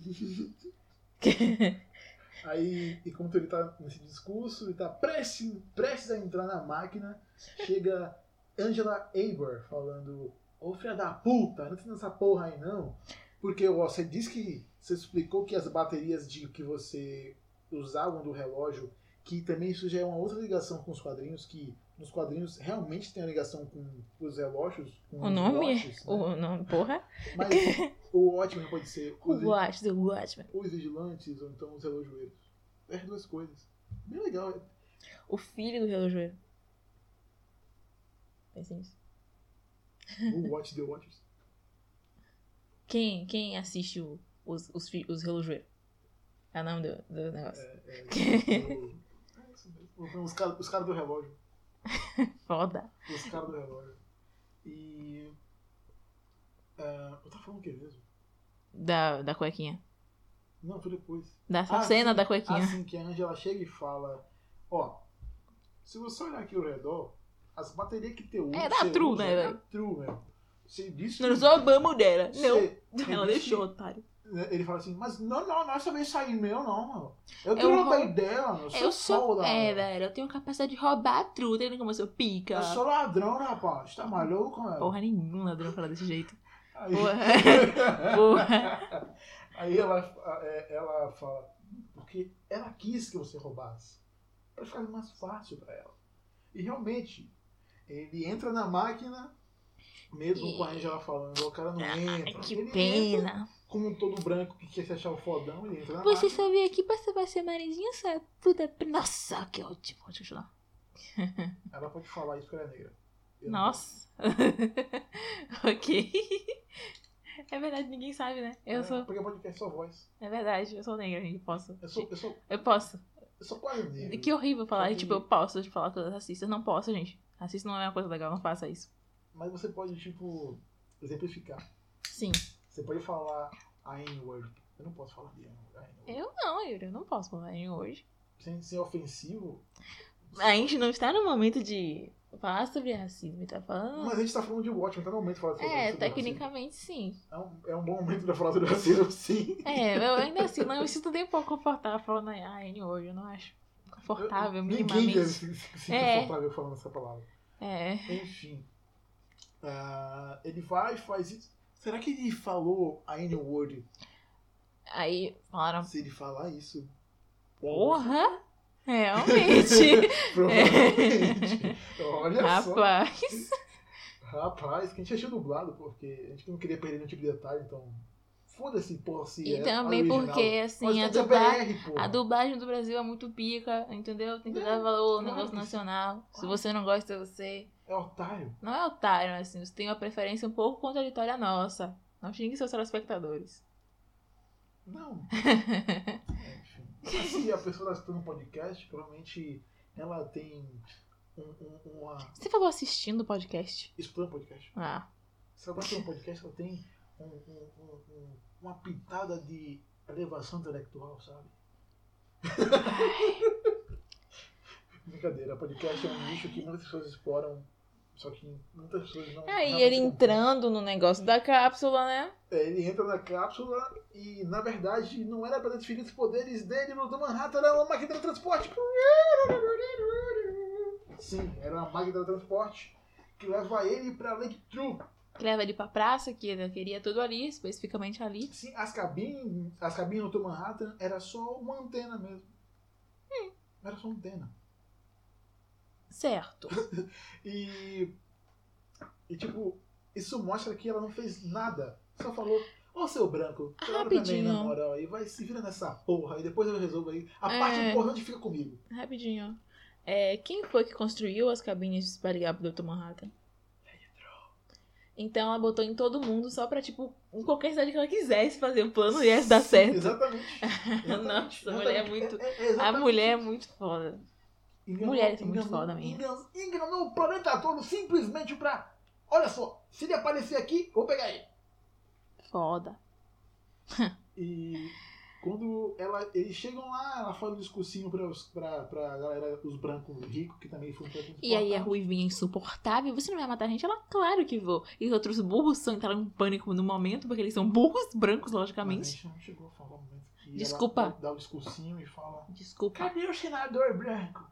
Aí, enquanto ele tá nesse discurso, ele tá prestes a entrar na máquina, chega Angela Abar falando: ô filha da puta, não tem essa porra aí não. Porque você disse que você explicou que as baterias que você usavam do relógio, que também isso já é uma outra ligação com os quadrinhos, que nos quadrinhos realmente tem a ligação com os relógios, com O os nome? watches, né? O nome, porra? Mas o Watchmen pode ser O Watchmen. os vigilantes ou então os relojoeiros. É as duas coisas. Bem legal. O filho do relojoeiro. Pense nisso. O Watch the Watchers. Quem assiste os relojoeiros? É o nome do negócio. Os caras do relógio. Foda. Os caras do relógio. E. Eu tava falando o que mesmo? Da cuequinha. Não, foi depois. Dessa cena sim, da cuequinha. Assim que a Angela chega e fala: ó, se você olhar aqui ao redor, as baterias que teu É da True, né, velho? É da True, meu. Você disse Nós roubamos dela. Não. Você Ela disse deixou, otário. Ele fala assim, mas não é sobre isso aí meu, não, mano. Eu que Eu roubei rou- dela, mano. Eu sou. foda, mano. Velho, eu tenho capacidade de roubar a True. Tá vendo como eu sou pica? Eu sou ladrão, rapaz. Tá maluco, mano? Porra nenhuma, ladrão fala desse jeito. Aí, Porra. aí ela fala, porque ela quis que você roubasse. Pra ficar mais fácil pra ela. E realmente, ele entra na máquina, mesmo com a Angela falando, o cara não entra. Que Ele entra, pena. como todo branco que quer se achar o fodão, ele entra na Você máquina. só veio aqui pra salvar seu marizinho, sua puta. Nossa, que ótimo. Pode continuar. Ela pode falar isso porque ela é negra. Eu não Nossa. Ok. É verdade, ninguém sabe, né? Eu posso. sou. Porque podcast é só voz. É verdade, eu sou negra, gente. Posso. Eu Eu posso. sou quase negro. Que horrível falar, Só que- tipo, eu posso de falar coisas racistas. Não posso, gente. Racista não é uma coisa legal, não faça isso. Mas você pode, tipo, exemplificar. Sim. Você pode falar a N-word. Eu não posso falar de N-word. Eu não, Yuri, eu não posso falar em hoje. Sem ser ofensivo. A gente não está no momento de falar sobre racismo, tá falando. Mas a gente tá falando de Watchmen, tá no momento de falar sobre sobre Tecnicamente sim. racismo. É um bom momento pra falar sobre racismo, sim. Eu ainda assim, não me sinto nem um pouco confortável falando N hoje, eu não acho confortável, Ninguém minimamente. deve se sentir confortável falando essa palavra. É. Enfim. Ele vai e faz isso. Será que ele falou a N-word? Aí falaram, Se ele falar isso. porra! Realmente! Provavelmente. Olha só. Rapaz. Que a gente achou dublado, porque a gente não queria perder nenhum tipo de detalhe, então. Foda-se, porra, se E é também original. porque, assim, Mas a tem que ser dublagem. BR, porra. A dublagem do Brasil é muito pica, entendeu? Tem que dar valor ao claro negócio que sim. nacional. Se Claro. você não gosta, você. É otário. Não é otário, mas assim, você tem uma preferência um pouco contraditória nossa. Não xingue seus telespectadores. Não. Enfim. Mas se a pessoa está escutando um podcast, provavelmente ela tem uma. Você falou assistindo o podcast? Escutando um podcast. Ah. Se ela está escutando um podcast, ela tem uma pitada de elevação intelectual, sabe? Brincadeira, podcast é um nicho que muitas pessoas exploram, só que muitas pessoas não. Aí não ele se entrando no negócio da cápsula, né? Ele entra na cápsula e, na verdade, não era para transferir os poderes dele no Dr. Manhattan, era uma máquina de transporte. Sim, era uma máquina de transporte que leva ele para Lake True. Que leva ele pra praça, que ele queria tudo ali, especificamente ali. Sim, as cabines do Dr. Manhattan era só uma antena mesmo. Era só uma antena. Certo. E tipo, isso mostra que ela não fez nada. Só falou, Ô, seu branco, claro também, na moral, aí vai se vira nessa porra, e depois eu resolvo aí. A parte importante fica comigo. Rapidinho. Quem foi que construiu as cabines para ligar pro Dr. Manhattan? Então ela botou em todo mundo só pra, tipo, em qualquer cidade que ela quisesse fazer um plano e ia dar certo. Exatamente. Nossa, a mulher é muito... A mulher é muito foda. Mulheres são muito foda mesmo. Enganou o planeta todo simplesmente pra... Olha só, se ele aparecer aqui, vou pegar ele. Foda. E quando eles chegam lá, ela faz um discursinho pra galera, os brancos ricos, que também foram importantes. E aí a ruivinha insuportável, você não vai matar a gente? Ela, claro que vou. E os outros burros entraram em pânico no momento, porque eles são burros brancos, logicamente. Mas a gente não chegou a falar o momento que desculpa. Ela dá o discursinho e fala... Desculpa. Cadê o senador branco?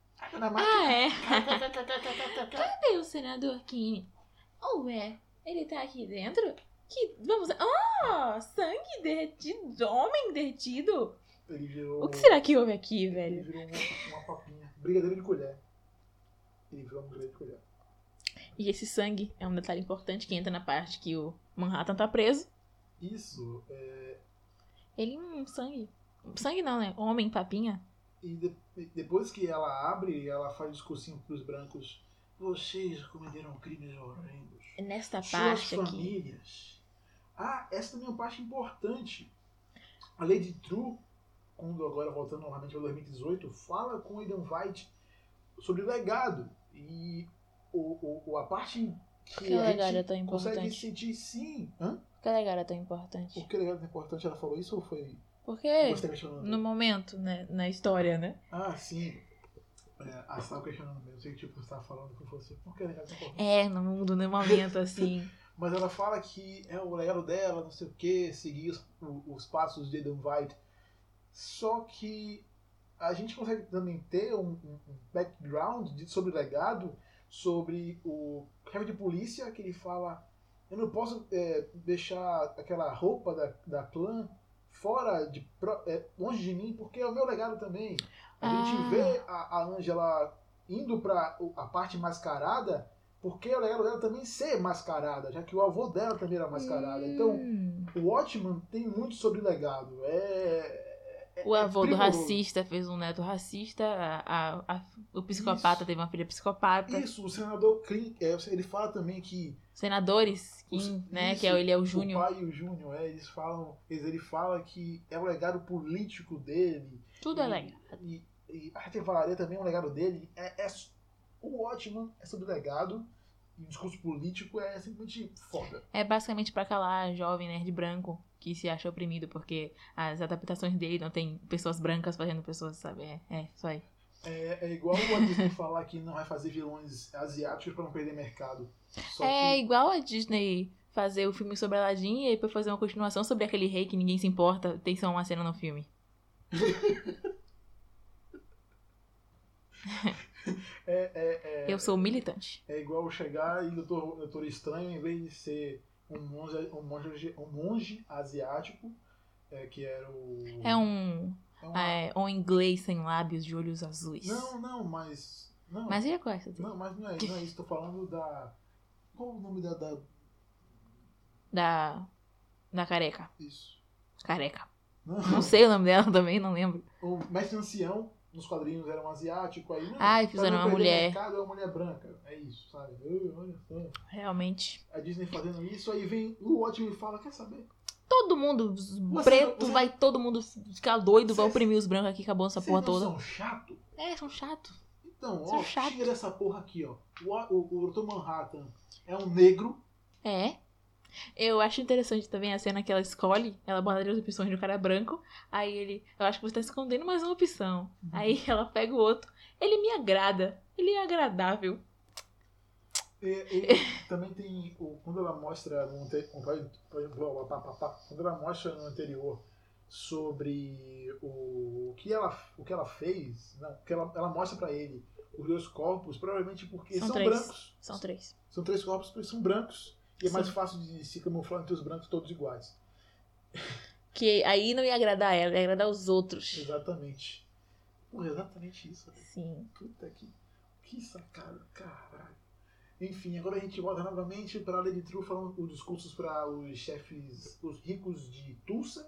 Cadê o senador Keane? Ué, ele tá aqui dentro? Vamos... sangue derretido, homem derretido. Ele virou... O que será que houve aqui, velho? Ele virou uma papinha. Brigadeiro de colher. Ele virou um brigadeiro de colher. E esse sangue é um detalhe importante que entra na parte que o Manhattan tá preso. Isso, Ele sangue. Sangue não, né? Homem, papinha. E depois que ela abre, ela faz discursinho pros brancos. Vocês cometeram crimes horrendos. Nesta Suas parte aqui. famílias. Essa também é uma parte importante. A Lady True, quando agora voltando novamente para 2018, fala com o Aidan White sobre o legado. E a parte que o a legado gente é tão consegue importante? sentir sim. Por que o legado é tão importante? O que legado é importante? Ela falou isso ou foi... Porque Você tá questionando? no momento, né? Na história, né? Sim. Você estava questionando mesmo. Eu sei que tipo, você estava falando com você. Por que legado é importante? No mundo, no momento, assim. Mas ela fala que é o legado dela, não sei o que, seguir os passos de Aidan White. Só que a gente consegue também ter um background sobre o legado, sobre o chefe de polícia, que ele fala: eu não posso deixar aquela roupa da clã fora, longe de mim, porque é o meu legado também. A gente vê a Angela indo para a parte mascarada, porque é o legado dela também ser mascarada, já que o avô dela também era mascarada. Então, o Watchmen tem muito sobre legado. O avô do racista fez um neto racista, o psicopata teve uma filha psicopata. Isso, o senador Clint, ele fala também que... Senadores, né, que ele é o Júnior. O pai e o Júnior, ele fala que é o legado político dele. Tudo é legado. E a Revelaria também é um legado dele. O Watchmen é sobre legado, e o discurso político é simplesmente foda. É basicamente pra calar jovem nerd branco que se acha oprimido, porque as adaptações dele não tem pessoas brancas fazendo pessoas, sabe? Isso aí. É igual a Disney falar que não vai fazer vilões asiáticos pra não perder mercado. Igual a Disney fazer o filme sobre Aladdin e aí pra fazer uma continuação sobre aquele rei que ninguém se importa, tem só uma cena no filme. Eu sou militante. É igual chegar e o Doutor Estranho, em vez de ser um monge asiático, que era o... um inglês sem lábios de olhos azuis. Não, mas... Não, mas ele é qual essa? Não, mas não é isso. Tô falando da... Qual o nome Da careca. Isso. Careca. Não sei o nome dela também, não lembro. O mestre ancião, nos quadrinhos, era um asiático. Aí, fizeram uma mulher. Mercado, é uma mulher branca. É isso, sabe? Olha só. Realmente. A Disney fazendo isso, aí vem o Watchmen e fala, quer saber? Todo mundo preto, vai todo mundo ficar doido, vai oprimir os brancos aqui, acabou essa porra toda. São chato? São chato. Então, tira essa porra aqui, ó. O Dr. Manhattan é um negro. Eu acho interessante também a cena que ela escolhe, ela bota as opções do cara branco, aí eu acho que você tá escondendo mais uma opção. Aí ela pega o outro, ele me agrada, ele é agradável. Também tem, quando ela mostra no anterior sobre o que ela fez, não, que ela mostra pra ele os dois corpos, provavelmente porque são brancos. São três. São três corpos porque são brancos. E é mais fácil de se camuflar entre os brancos todos iguais. Que aí não ia agradar ela, ia agradar os outros. Exatamente. Exatamente isso. Sim. Puta que sacada, caralho. Enfim, agora a gente volta novamente para a Lady True falando os discursos para os chefes, os ricos de Tulsa.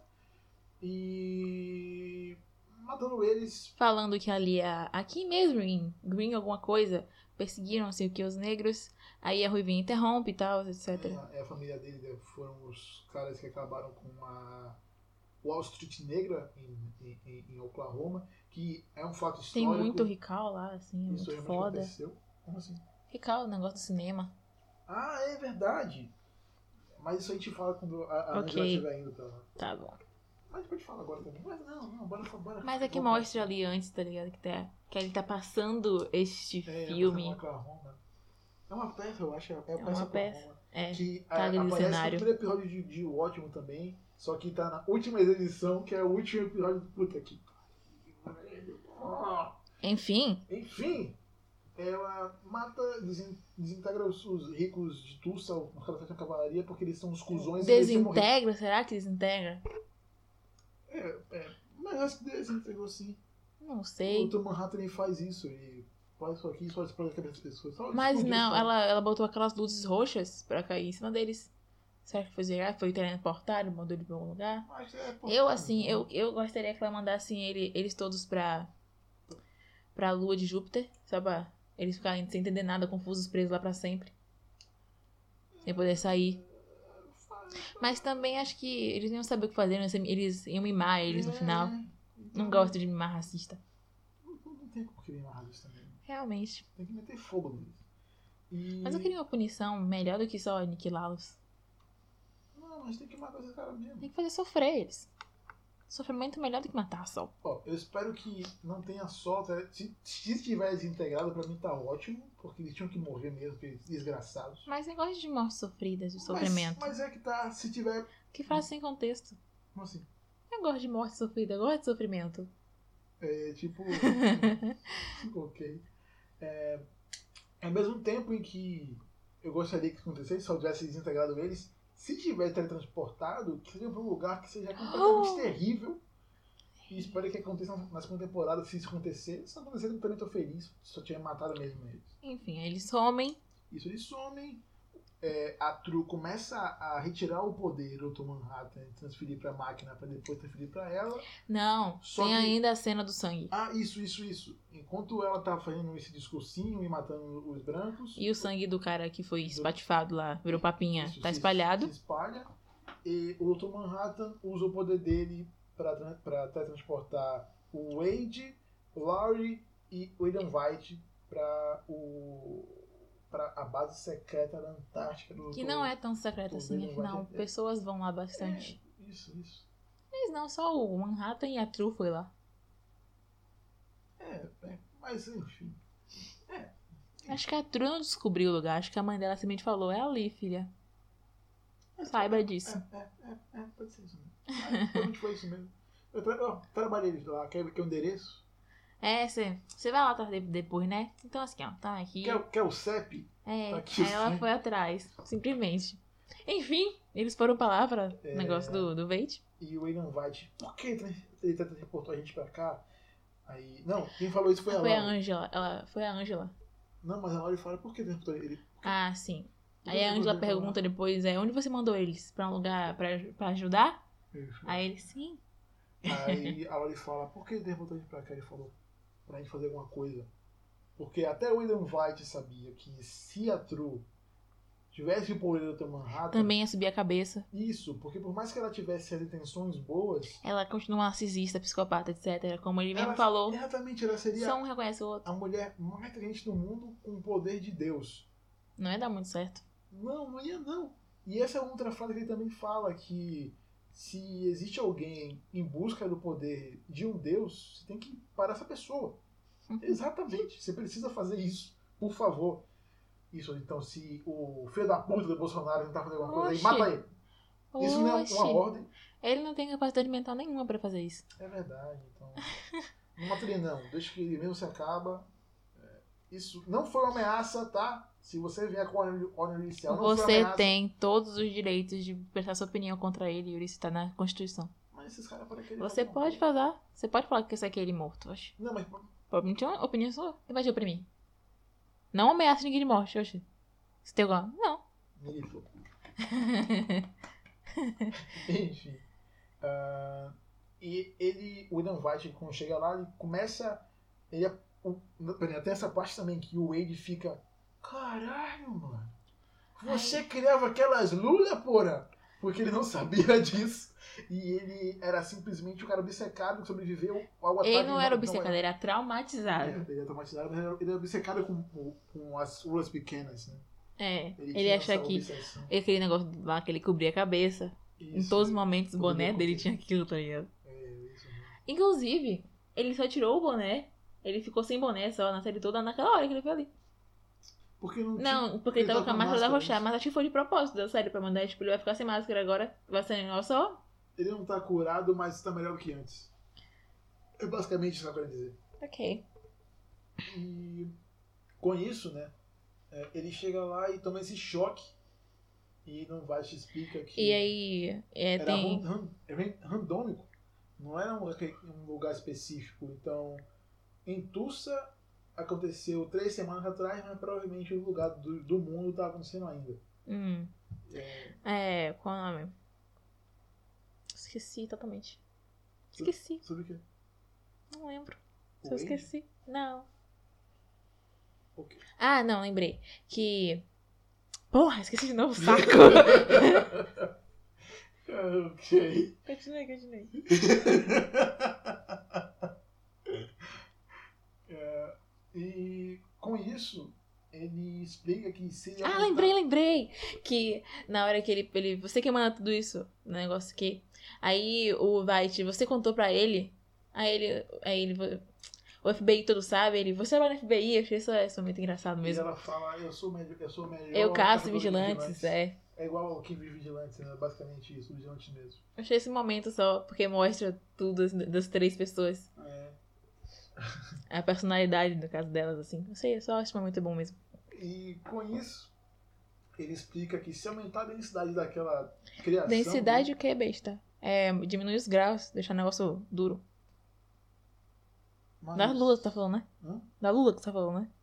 E matando eles. Falando que ali, aqui mesmo, em Green alguma coisa, perseguiram, assim, o que, os negros. Aí a Ruivinha interrompe e tal, etc. A família dele foram os caras que acabaram com uma Wall Street negra em Oklahoma, que é um fato histórico. Tem muito Rical lá, assim, Isso muito foda. Aconteceu. Como assim? Rical, o negócio do cinema. Ah, é verdade. Mas isso a gente fala quando a Angela estiver indo pra lá. Tá bom. Mas pode falar agora também. Mas não, bora. Mas é que mostra ali antes, tá ligado? Que ele tá passando este filme. É uma peça, eu acho. É uma peça. Que tá ali no aparece cenário. no primeiro episódio de O Ótimo também. Só que tá na última edição, que é o último episódio do Puta aqui. Enfim, ela mata, desintegra os ricos de Tulsa, os caras da cavalaria, porque eles são os cuzões. desintegra? Será que desintegra? Mas acho que desintegrou sim. Não sei. O Dr. Manhattan ele faz isso, e faz isso aqui, só explode a cabeça das pessoas. Mas não, ela botou aquelas luzes roxas pra cair em cima deles. Será que foi teleportado, mandou ele pra algum lugar? Eu gostaria que ela mandasse eles todos pra lua de Júpiter, só pra eles ficarem sem entender nada, confusos, presos lá pra sempre. Sem poder sair. Mas também acho que eles não iam saber o que fazer, eles iam mimar eles no final. Não gosto de mimar racista. Não tem por que mimar racista mesmo. Realmente. Tem que meter fogo neles. Mas eu queria uma punição melhor do que só aniquilá-los. Não, mas tem que matar esse cara mesmo. Tem que fazer sofrer eles. Sofrimento melhor do que matar só. Eu espero que não tenha só. Se estiver desintegrado, pra mim tá ótimo. Porque eles tinham que morrer mesmo, aqueles desgraçados. Mas eu gosto de mortes sofridas, de sofrimento. Mas é que tá, se tiver. Que frase sem contexto. Como assim? Eu gosto de morte sofrida, eu gosto de sofrimento. Ok. Ao mesmo tempo em que eu gostaria que acontecesse, se eu tivesse desintegrado eles, se tiver teletransportado, que seja para um lugar que seja completamente terrível. E espero que aconteça na segunda temporada, se isso acontecer. Se não acontecer, eu também tô feliz. Só tinha matado mesmo eles. Enfim, eles somem. Eles somem. A True começa a retirar o poder do Dr. Manhattan e transferir pra máquina pra depois transferir pra ela. Não, tem ainda a cena do sangue. Ah, isso. Enquanto ela tá fazendo esse discursinho e matando os brancos. E o sangue do cara que foi espatifado lá, virou papinha, tá espalhado. Se espalha. E o Dr. Manhattan usa o poder dele pra teletransportar o Wade, o Laurie e o William White pra a base secreta da Antártica. Que não é tão secreta assim, afinal, pessoas vão lá bastante. Isso. Mas não, só o Manhattan e a True foi lá. Mas enfim. Acho que a True não descobriu o lugar, acho que a mãe dela simplesmente falou, é ali, filha. Saiba disso. Pode ser isso mesmo. Provavelmente foi isso mesmo. Eu trabalhei lá, quer o endereço? Você vai lá atrás depois, né? Então assim, ó, tá aqui. Quer o CEP? Tá aqui aí ela foi atrás, simplesmente. Enfim, eles foram pra lá pra negócio do Vade. E o William White, por que ele reportou a gente pra cá? Aí, não, quem falou isso foi a Laura. Foi a Angela. Não, mas a Laura fala, por que reportou ele? Ah, sim. Aí a Angela pergunta depois, onde você mandou eles? Pra um lugar pra ajudar? Isso. Aí ele, sim. Aí a Laura fala, por que ele reportou a gente pra cá? Ele falou, pra gente fazer alguma coisa. Porque até o William White sabia que se a True tivesse o poder do Dr. Manhattan... Também ia subir a cabeça. Isso, porque por mais que ela tivesse as intenções boas... Ela continua narcisista, psicopata, etc. Como ele mesmo falou. Exatamente, ela seria... Só um reconhece o outro. A mulher mais inteligente do mundo com o poder de Deus. Não ia dar muito certo. Não ia não. E essa é outra frase que ele também fala, que se existe alguém em busca do poder de um Deus, você tem que parar essa pessoa. Exatamente. Você precisa fazer isso. Por favor. Isso, então, se o filho da puta do Bolsonaro tentar fazer alguma coisa aí, mata ele. Isso não é uma ordem. Ele não tem capacidade mental nenhuma pra fazer isso. É verdade, então. Não mata ele não. Deixa que ele mesmo se acaba. Isso não foi uma ameaça, tá? Se você vier com ordem inicial, não foi uma ameaça. Você tem todos os direitos de prestar sua opinião contra ele, Yuri, isso tá na Constituição. Mas esses caras podem querer. Você pode fazer. Você pode falar que você quer ele morto, acho. Não, mas. Provavelmente é uma opinião sua. Você vai de oprimir. Não ameaça ninguém de morte, oxe. Você tem alguma? Não. Miliflor. Enfim. E ele, o William White, quando chega lá, ele começa. Tem essa parte também que o Wade fica. Caralho, mano. Você criava aquelas lulas, porra? Porque ele não sabia disso. E ele era simplesmente o cara obcecado que sobreviveu ao ataque. Ele não era obcecado, ele era traumatizado. Ele era traumatizado, mas ele era obcecado com as lulas pequenas, né? Ele acha que aquele negócio lá que ele cobria a cabeça. Isso, em todos os momentos o boné dele tinha aquilo, tá ligado? Isso. Inclusive, ele só tirou o boné. Ele ficou sem boné só na série toda naquela hora que ele foi ali. Porque ele tava com a máscara da Rochelle, mas acho que foi de propósito da série pra mandar, tipo, ele vai ficar sem máscara agora, vai ser um negócio só. Ele não tá curado, mas tá melhor do que antes. É basicamente isso que eu quero dizer. Ok. E com isso, né, ele chega lá e toma esse choque e não vai te explica que e aí era randômico, não era um lugar específico. Então, em Tulsa aconteceu 3 semanas atrás, mas provavelmente o lugar do mundo tá acontecendo ainda. Qual é o nome? Esqueci totalmente. Esqueci. Sobre o quê? Não lembro. Eu esqueci. Não. Okay. Ah, não, lembrei. Que... Porra, esqueci de novo o saco. Ok. Continue. E com isso, ele explica que se ele lembrei! Que na hora que ele você que manda tudo isso, o negócio que... Aí o White, você contou pra ele, aí ele o FBI todo sabe, ele, você vai no FBI, eu achei isso muito engraçado mesmo. E ela fala, eu sou melhor. Eu caço vigilantes, É igual ao que vigilantes, né? Basicamente isso, vigilantes mesmo. Eu achei esse momento só, porque mostra tudo das 3 pessoas. A personalidade, no caso delas, assim. Não sei, eu só acho muito bom mesmo. E com isso, ele explica que se aumentar a densidade daquela criação... Densidade o que, besta? Diminuir os graus, deixar o negócio duro. Mas... Da Lula que você tá falando, né? Da Lula que você tá falando, né?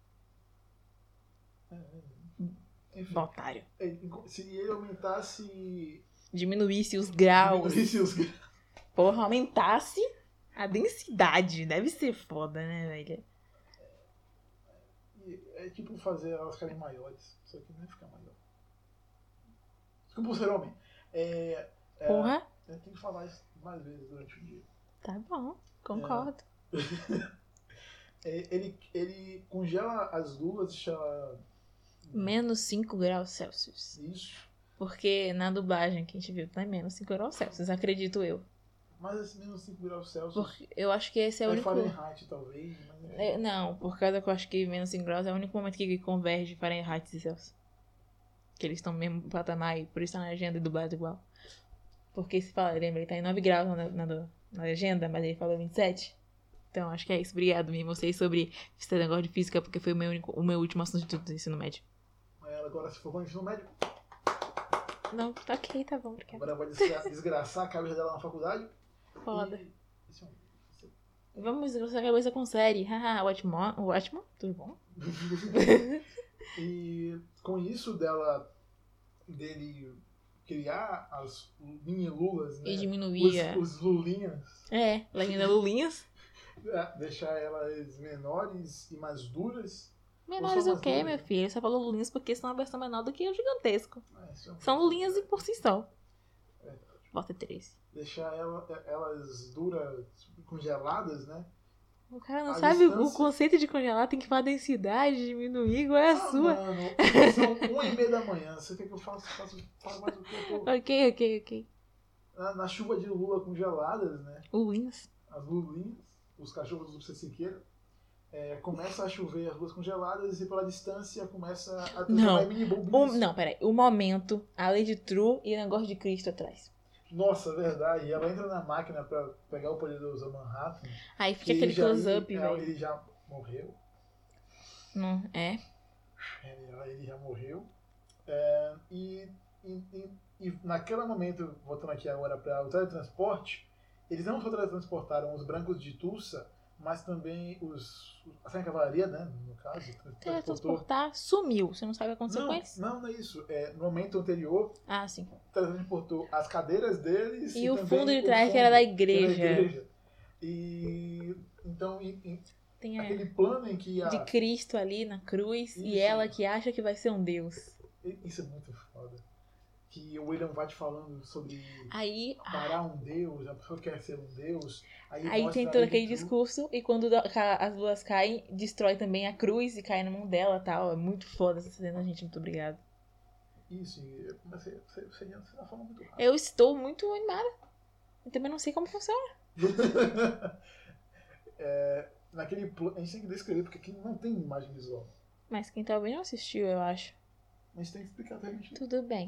Enfim, otário. Se ele aumentasse... Diminuísse os graus. Porra, aumentasse a densidade. Deve ser foda, né, velho? É tipo fazer elas ficarem maiores. Só que não é ficar maior. Desculpa por ser homem. Porra. Eu tenho que falar isso mais vezes durante o dia. Tá bom, concordo. Ele congela as lulas e deixa ela... Menos 5 graus Celsius. Isso. Porque na dublagem que a gente viu tá em menos 5 graus Celsius, acredito eu. Mas esse menos 5 graus Celsius... Porque eu acho que esse é o único... Fahrenheit, talvez. Mas... não, por causa que eu acho que menos 5 graus é o único momento que converge Fahrenheit e Celsius. Que eles estão no mesmo patamar e por isso tá na legenda e dublado igual. Porque se fala, lembra, ele tá em 9 graus na legenda, mas ele falou 27. Então acho que é isso. Obrigado, me mostrei sobre esse negócio de física, porque foi o meu último assunto de tudo do ensino médio. Agora, se for com o ensino médio... Não, tá ok, tá bom, obrigada. Agora vai desgraçar a cabeça dela na faculdade. Foda. Vamos desgraçar a cabeça com série. Haha, ótimo, tudo bom? E com isso dele criar as mini lulas, né? E diminuir os lulinhas. Lagina lulinhas. Deixar elas menores e mais duras. Menores o quê, meu filho? Você falou lulinhas porque são uma versão menor do que o gigantesco. São lulinhas por si só. Bota 13. Deixar elas duras, congeladas, né? O cara não sabe o conceito de congelar, tem que falar densidade, diminuir, igual é a sua. Mano, são 1h30 da manhã. Você quer que eu faça mais o que eu tô... Ok. Na chuva de lula congeladas, né? Lulinhas. As lulinhas, os cachorros do Siqueira. Começa a chover as luas congeladas e pela distância começa a transformar em mini bombinhos. Não, peraí. O momento, a Lady True e o negócio de Cristo atrás. Nossa, verdade. Ela entra na máquina pra pegar o poderoso Manhattan. Aí fica aquele close-up, velho. Ele já morreu. Não, é? Ele já morreu. E naquele momento, voltando aqui agora para o teletransporte, eles não só teletransportaram os brancos de Tulsa, mas também a cavalaria, né, no caso, teletransportar, sumiu. Você não sabe a consequência? Não é isso. No momento anterior, Sim. teletransportou as cadeiras deles e o fundo de trás que era da igreja. E então tem aquele plano em que de Cristo ali na cruz e ela que acha que vai ser um Deus. Isso é muito foda. Que o William vai te falando sobre parar um Deus, a pessoa quer ser um Deus. Aí tem todo aquele discurso e quando as luas caem, destrói também a cruz e cai na mão dela e tal. É muito foda essa cena, gente. Muito obrigada. Isso, mas você tá falando muito rápido. Eu estou muito animada. Eu também não sei como funciona. Naquele plano, a gente tem que descrever porque aqui não tem imagem visual. Mas quem tá ouvindo assistiu, eu acho. Mas tem que explicar pra gente. Tudo bem.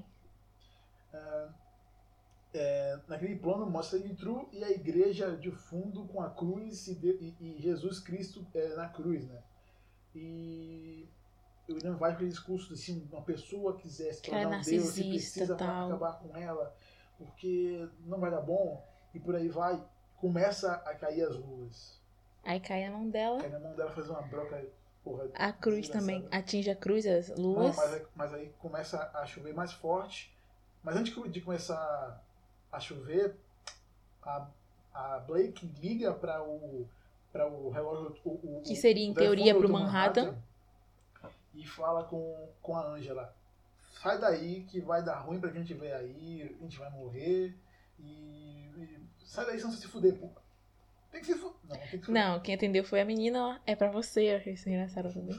Naquele plano mostra a True e a igreja de fundo com a cruz e Jesus Cristo na cruz, né? E o William vai para o discurso de assim, uma pessoa quiser se tornar um Deus, você precisa acabar com ela, porque não vai dar bom, e por aí vai. Começa a cair as luas. Aí cai na mão dela. Cai na mão dela, faz uma broca. Porra, a cruz também atinge a cruz, as luas. Não, mas aí começa a chover mais forte. Mas antes de começar a chover, a Blake liga para o relógio. Que seria, em teoria, para o Manhattan. E fala com a Angela. Sai daí que vai dar ruim pra gente ver aí, a gente vai morrer. E sai daí senão você se fuder, pô. Tem que se fuder. Não, tem que se fuder. Não, quem atendeu foi a menina, ó. É pra você, eu achei isso engraçado também.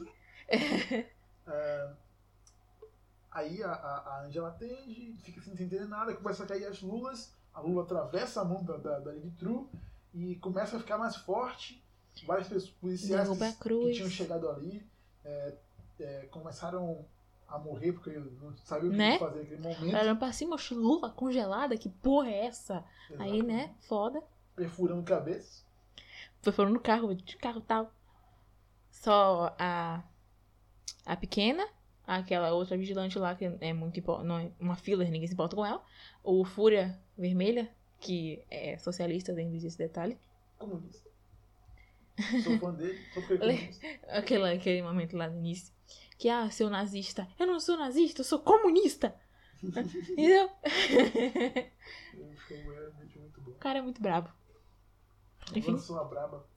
Aí a Angela atende, fica sem entender nada, começa a cair as luas, a lua atravessa a mão da Lady True e começa a ficar mais forte. Várias pessoas, policiais que tinham chegado ali começaram a morrer porque não sabiam o que fazer naquele momento. Olhando pra cima, lua congelada, que porra é essa? Exatamente. Aí, né, foda. Perfurando cabeça. Perfurando de carro tal. Só a pequena, aquela outra vigilante lá, que é muito não é uma filler, ninguém se importa com ela. O Fúria Vermelha, que é socialista, dentro desse detalhe. Comunista. Sou fã dele, só porque ele é comunista. Aquele momento lá no início. Que, seu nazista. Eu não sou nazista, eu sou comunista. Entendeu? Foi realmente muito bom. O cara é muito brabo. Enfim. Lançou a braba.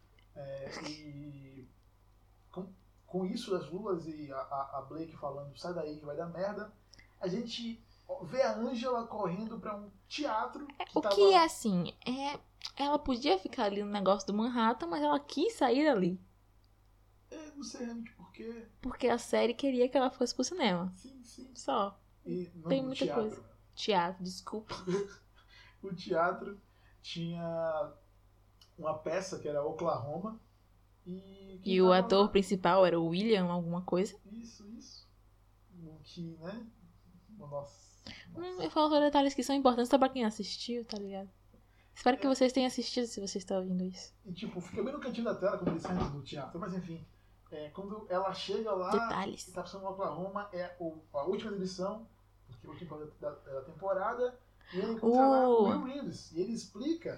E com isso das luas e a Blake falando, sai daí que vai dar merda, a gente vê a Angela correndo pra um teatro. Que é assim, ela podia ficar ali no negócio do Manhattan, mas ela quis sair dali. Não sei realmente por quê. Porque a série queria que ela fosse pro cinema. Sim. Só. E não tem muita coisa. Teatro, desculpa. O teatro tinha uma peça que era Oklahoma. E o ator principal era o William, alguma coisa. Isso. O que, né? Nossa. Eu falo só detalhes que são importantes só pra quem assistiu, tá ligado? Espero que vocês tenham assistido, se você está ouvindo isso. E fica bem no cantinho da tela quando eles saem do teatro. Mas enfim, quando ela chega lá, detalhes. E tá passando no Oklahoma, a última exibição, porque o último da temporada, e ele encontra lá o Will Reeves. E ele explica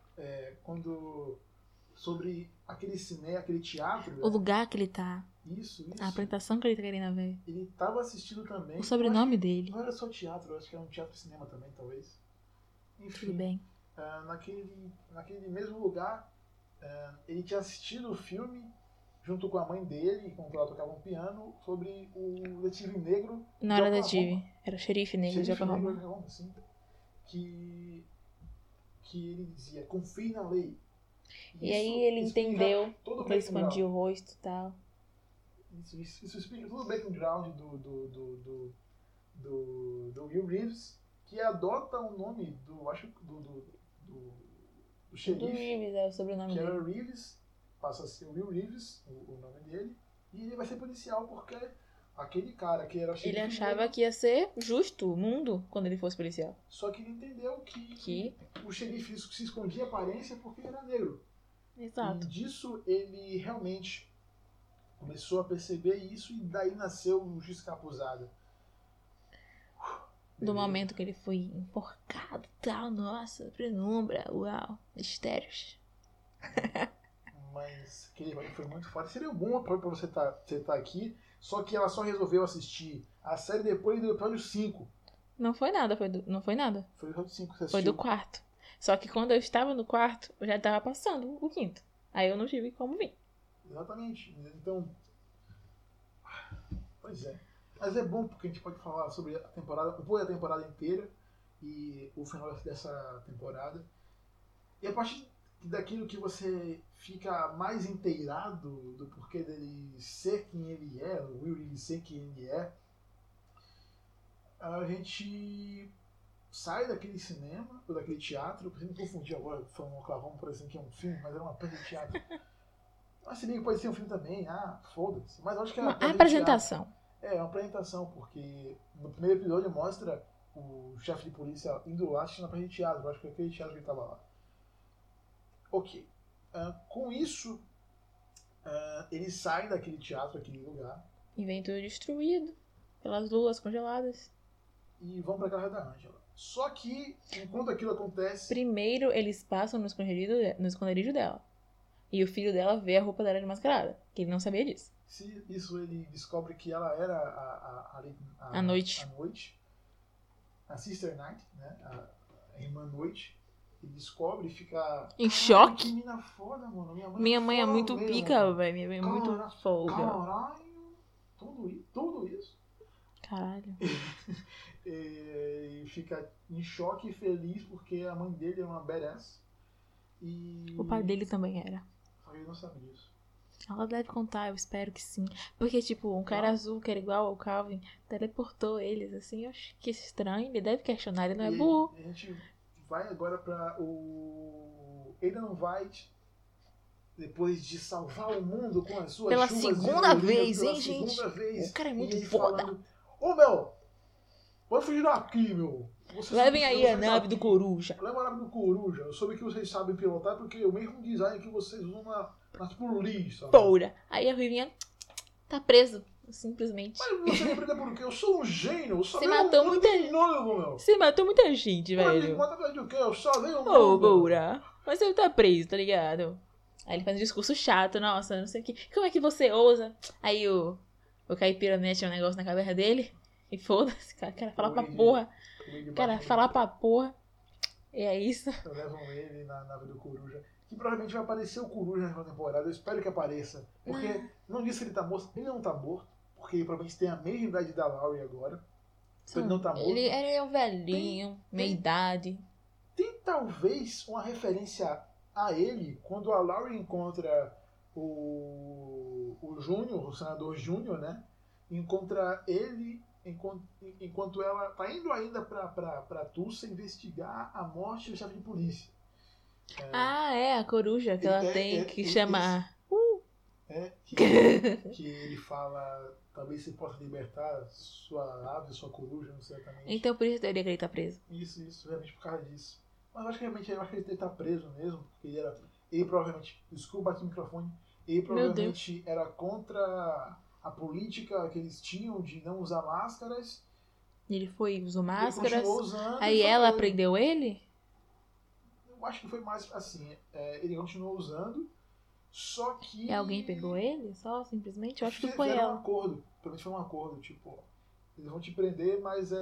sobre aquele cinema, aquele teatro. O lugar que ele tá. Isso. A apresentação que ele tá querendo ver. Ele tava assistindo também. O sobrenome dele. Não era só teatro, eu acho que era um teatro e cinema também, talvez. Enfim. Tudo bem. Naquele mesmo lugar, ele tinha assistido o filme junto com a mãe dele, enquanto ela tocava um piano, sobre o detetive negro. Não era detetive, era o xerife negro de Oklahoma. Sim, que ele dizia, confie na lei. E aí ele entendeu que ele escondia o rosto e tal. Isso explica todo o background do Will Reeves, que adota o nome do xerife. Do Reeves, é o sobrenome dele. Que era Reeves, passa a ser o Will Reeves, o nome dele, e ele vai ser policial porque aquele cara que era o xerife. Ele achava que ia ser justo o mundo quando ele fosse policial. Só que ele entendeu que o xerife se escondia a aparência porque ele era negro. Exato. E disso ele realmente começou a perceber isso, e daí nasceu o Juiz Capuzada. Do momento que ele foi enforcado e tal, nossa, penumbra, uau, mistérios. Mas aquele episódio foi muito foda. Seria um bom pra você tá aqui, só que ela só resolveu assistir a série depois do episódio 5. Não foi nada, não foi nada. Foi o episódio 5 que você Foi assistiu. do quarto. Só que quando eu estava no quarto, eu já estava passando o quinto. Aí eu não tive como vir. Exatamente. Então, pois é. Mas é bom porque a gente pode falar sobre a temporada, um pouco da temporada inteira e o final dessa temporada. E a partir daquilo que você fica mais inteirado do porquê dele ser quem ele é, o Will ele ser quem ele é, a gente sai daquele cinema, ou daquele teatro, porque eu me confundi agora, falando Oklahoma, por exemplo, que é um filme, mas era uma peça de teatro. Mas se liga, pode ser um filme também, foda-se. Mas eu acho que é uma apresentação. É uma apresentação, porque no primeiro episódio mostra o chefe de polícia indo lá assistindo a peça de teatro, eu acho que é aquele teatro que ele tava lá. Ok. Com isso, eles saem daquele teatro, daquele lugar. E vem tudo destruído pelas luas congeladas. E vão pra casa da Angela. Só que, enquanto aquilo acontece... Primeiro, eles passam no esconderijo dela. E o filho dela vê a roupa dela desmascarada. Que ele não sabia disso. Isso ele descobre que ela era a noite. A Sister Night, né? A irmã Noite. Ele descobre e fica... Em choque? Que mina foda, mano. Minha mãe é muito mesmo, pica, velho. Minha mãe é muito folga. Caralho. Tudo isso. Caralho. E fica em choque e feliz porque a mãe dele é uma badass. E... O pai dele também era. Só que ele não sabe disso. Ela deve contar, eu espero que sim. Porque, tipo, um cara azul que era igual ao Calvin teleportou eles, assim. Eu acho que estranho. Ele deve questionar, ele não é burro. A gente vai agora pra o Aidan White, depois de salvar o mundo com as suas pela chuvas segunda de vez, pela hein, segunda gente? Vez. O cara é muito E ele foda. falando, ô, meu, vai fugir daqui, meu. Levem aí a nave do Coruja. Leva a nave do Coruja. Eu soube que vocês sabem pilotar porque o mesmo design que vocês usam nas polícias. Porra. Aí a Vivian tá preso, simplesmente. Mas você me aprendeu por quê? Eu sou um gênio. Eu só Você matou muita gente. Você matou muita gente, velho. Mata de quê? Eu só dei um Ô, Goura. Mas você tá preso, tá ligado? Aí ele faz um discurso chato, nossa, não sei o que. Como é que você ousa? Aí o caipira mete um negócio na cabeça dele. E foda-se, cara fala pra porra. Cara, falar pra porra. E é isso. Levam ele na nave do Coruja. Que provavelmente vai aparecer o Coruja na temporada. Eu espero que apareça. Porque não disse que ele tá morto. Ele não tá morto. Porque provavelmente tem a mesma idade da Laurie agora. Então ele não tá morto. Ele é um velhinho, meia idade. Tem talvez uma referência a ele quando a Laurie encontra o Júnior, o senador Júnior, né? Encontra ele enquanto ela tá indo ainda pra Tulsa investigar a morte do chefe de polícia. A coruja que ela tem que chama... Que ele fala, talvez você possa libertar sua ave, sua coruja, não sei exatamente. Então por isso teria que ele tá preso. Isso, realmente por causa disso. Mas eu acho que realmente ele tá preso mesmo, porque ele provavelmente, desculpa aqui o microfone, ele provavelmente era contra a política que eles tinham de não usar máscaras. Ele usou máscaras. Usando, aí ela prendeu ele? Eu acho que foi mais assim, ele continuou usando. Só que... E alguém pegou ele? Só, simplesmente? Eu acho que foi ela. ela. Um acordo. Provavelmente foi um acordo, tipo... Eles vão te prender, mas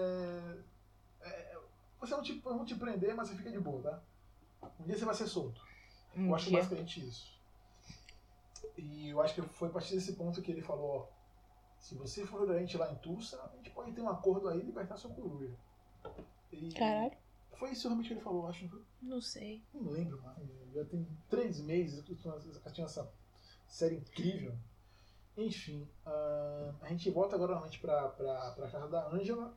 vocês vão te prender, mas você fica de boa, tá? Um dia você vai ser solto. Eu acho que é basicamente isso. E eu acho que foi a partir desse ponto que ele falou, ó... Se você for durante lá em Tulsa, a gente pode ter um acordo aí e libertar sua coruja. Caralho. Foi isso realmente que ele falou, acho. Não sei. Não lembro mais. Já tem 3 meses que eu tinha essa série incrível. Enfim, a gente volta agora novamente pra casa da Angela,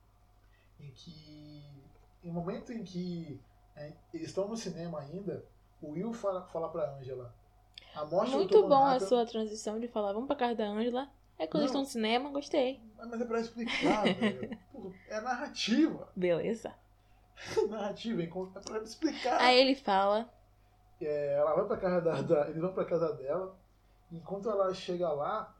em momento em que eles estão no cinema ainda, o Will fala pra Angela. A morte muito bom a sua transição de falar, vamos pra casa da Angela. É quando eles estão no cinema, gostei. Mas é pra explicar, velho. É narrativa. Beleza. Narrativa, é pra explicar. Aí ele fala. Ela vai pra casa eles vão pra casa dela. Enquanto ela chega lá,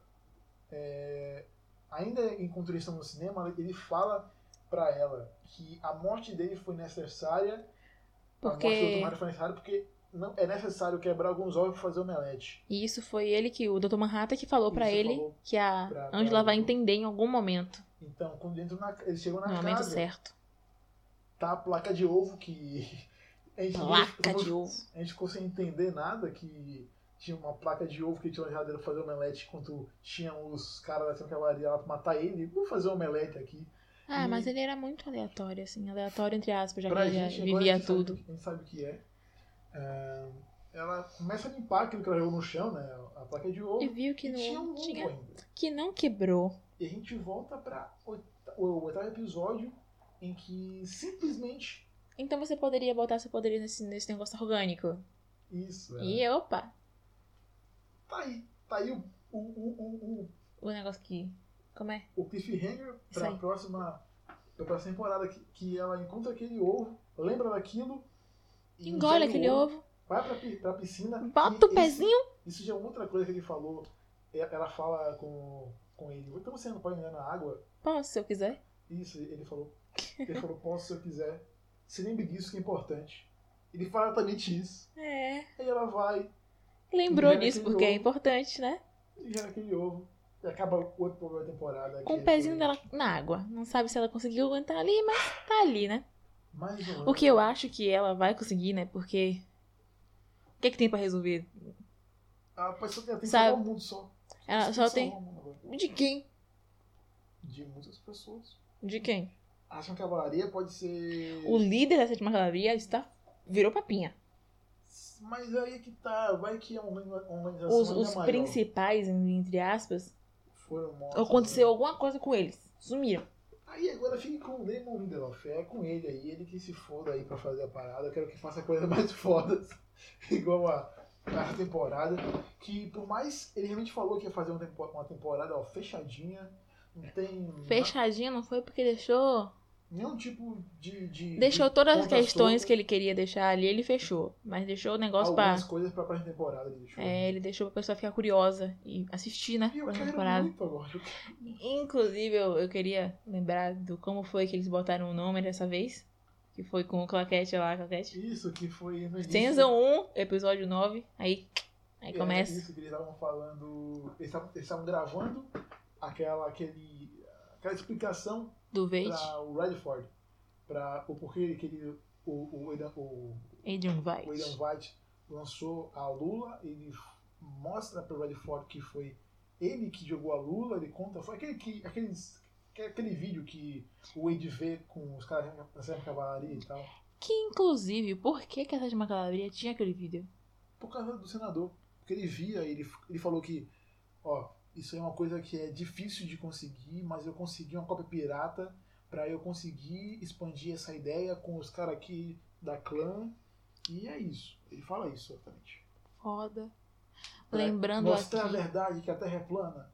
ainda enquanto eles estão no cinema, ele fala pra ela que a morte dele foi necessária. A morte do outro marido foi necessária porque não, é necessário quebrar alguns ovos pra fazer omelete. E isso foi ele que, o Dr. Manhattan, que falou pra Isso, ele falou que a pra Angela vai ele. entender em algum momento. Então, quando eles chegam No na momento casa, certo. tá a placa de ovo que... Placa de ovo. A gente ficou sem entender nada, que tinha uma placa de ovo que tinha uma geladeira pra fazer omelete enquanto tinham os caras da cavalaria lá pra matar ele. Vamos fazer omelete aqui. Ah, E mas ele era muito aleatório, assim. Aleatório entre aspas, já que pra ele já gente, agora vivia a gente sabe tudo. a gente sabe o que é. Ela começa a limpar aquilo que ela jogou no chão, né? A placa de ovo. E viu que E tinha um não ovo tinha... ainda. Que não quebrou. E a gente volta pra o oitavo episódio em que simplesmente... Então você poderia botar seu poder nesse negócio orgânico. Isso, E opa, Tá aí o negócio que... Como é? o cliffhanger Isso pra aí. próxima temporada que ela encontra aquele ovo, lembra daquilo, e Engole ingere o aquele ovo. vai pra piscina. Bota o e pezinho. Isso já é outra coisa que ele falou. Ela fala com ele, então você não pode andar na água? Posso, se eu quiser. Isso, ele falou. Ele falou, posso se eu quiser. Se lembre disso que é importante. Ele fala exatamente isso. É. Aí ela vai, Lembrou Engole disso aquele porque é ovo. importante, né? e gera aquele ovo. E acaba outra primeira temporada. Com que o pezinho foi dela na água. Não sabe se ela conseguiu aguentar ali, mas tá ali, né? mais ou menos. O que eu acho que ela vai conseguir, né? Porque... O que é que tem pra resolver? A pessoa tem que Sabe? salvar o mundo só. Ela só tem... Salvar o mundo agora. De quem? De muitas pessoas. De quem? Acham que a cavalaria pode ser... O líder da sétima cavalaria virou papinha. Mas aí que tá, vai que é uma organização Os ainda maior. principais, entre aspas, Foram mortos. aconteceu alguma coisa com eles. Sumiram. Aí agora fica com o Damon Lindelof, é com ele aí, ele que se foda aí pra fazer a parada. Eu quero que faça coisas mais fodas, igual a temporada. Que por mais, ele realmente falou que ia fazer uma temporada ó, fechadinha, não tem Fechadinha não foi porque deixou... nenhum tipo de Deixou de todas as ponta questões solta. que ele queria deixar ali, ele fechou. Mas deixou o negócio pra... Algumas coisas pra próxima temporada ele deixou. É, ele deixou pra pessoa ficar curiosa e assistir, né? E eu Próxima quero temporada. muito agora. Inclusive, eu queria lembrar do como foi que eles botaram o nome dessa vez. Que foi com o Claquete lá, Claquete. Isso que foi no início. Season 1, episódio 9. Aí começa. Isso que eles estavam falando. Eles estavam gravando aquela explicação Do Vade, para o Redford. Para o porquê que o Adrian William Veidt. White lançou a Lula. Ele mostra para o Redford que foi ele que jogou a Lula. Ele conta. Foi aquele vídeo que o Wade vê com os caras da Sétima Cavalaria e tal. Que, inclusive, por que a Sétima Cavalaria tinha aquele vídeo? Por causa do senador. Porque ele via, ele falou que, ó, isso é uma coisa que é difícil de conseguir, mas eu consegui uma cópia pirata pra eu conseguir expandir essa ideia com os caras aqui da clã. E é isso. Ele fala isso, exatamente. Foda. Pra Lembrando mostrar aqui... a verdade que a Terra é plana.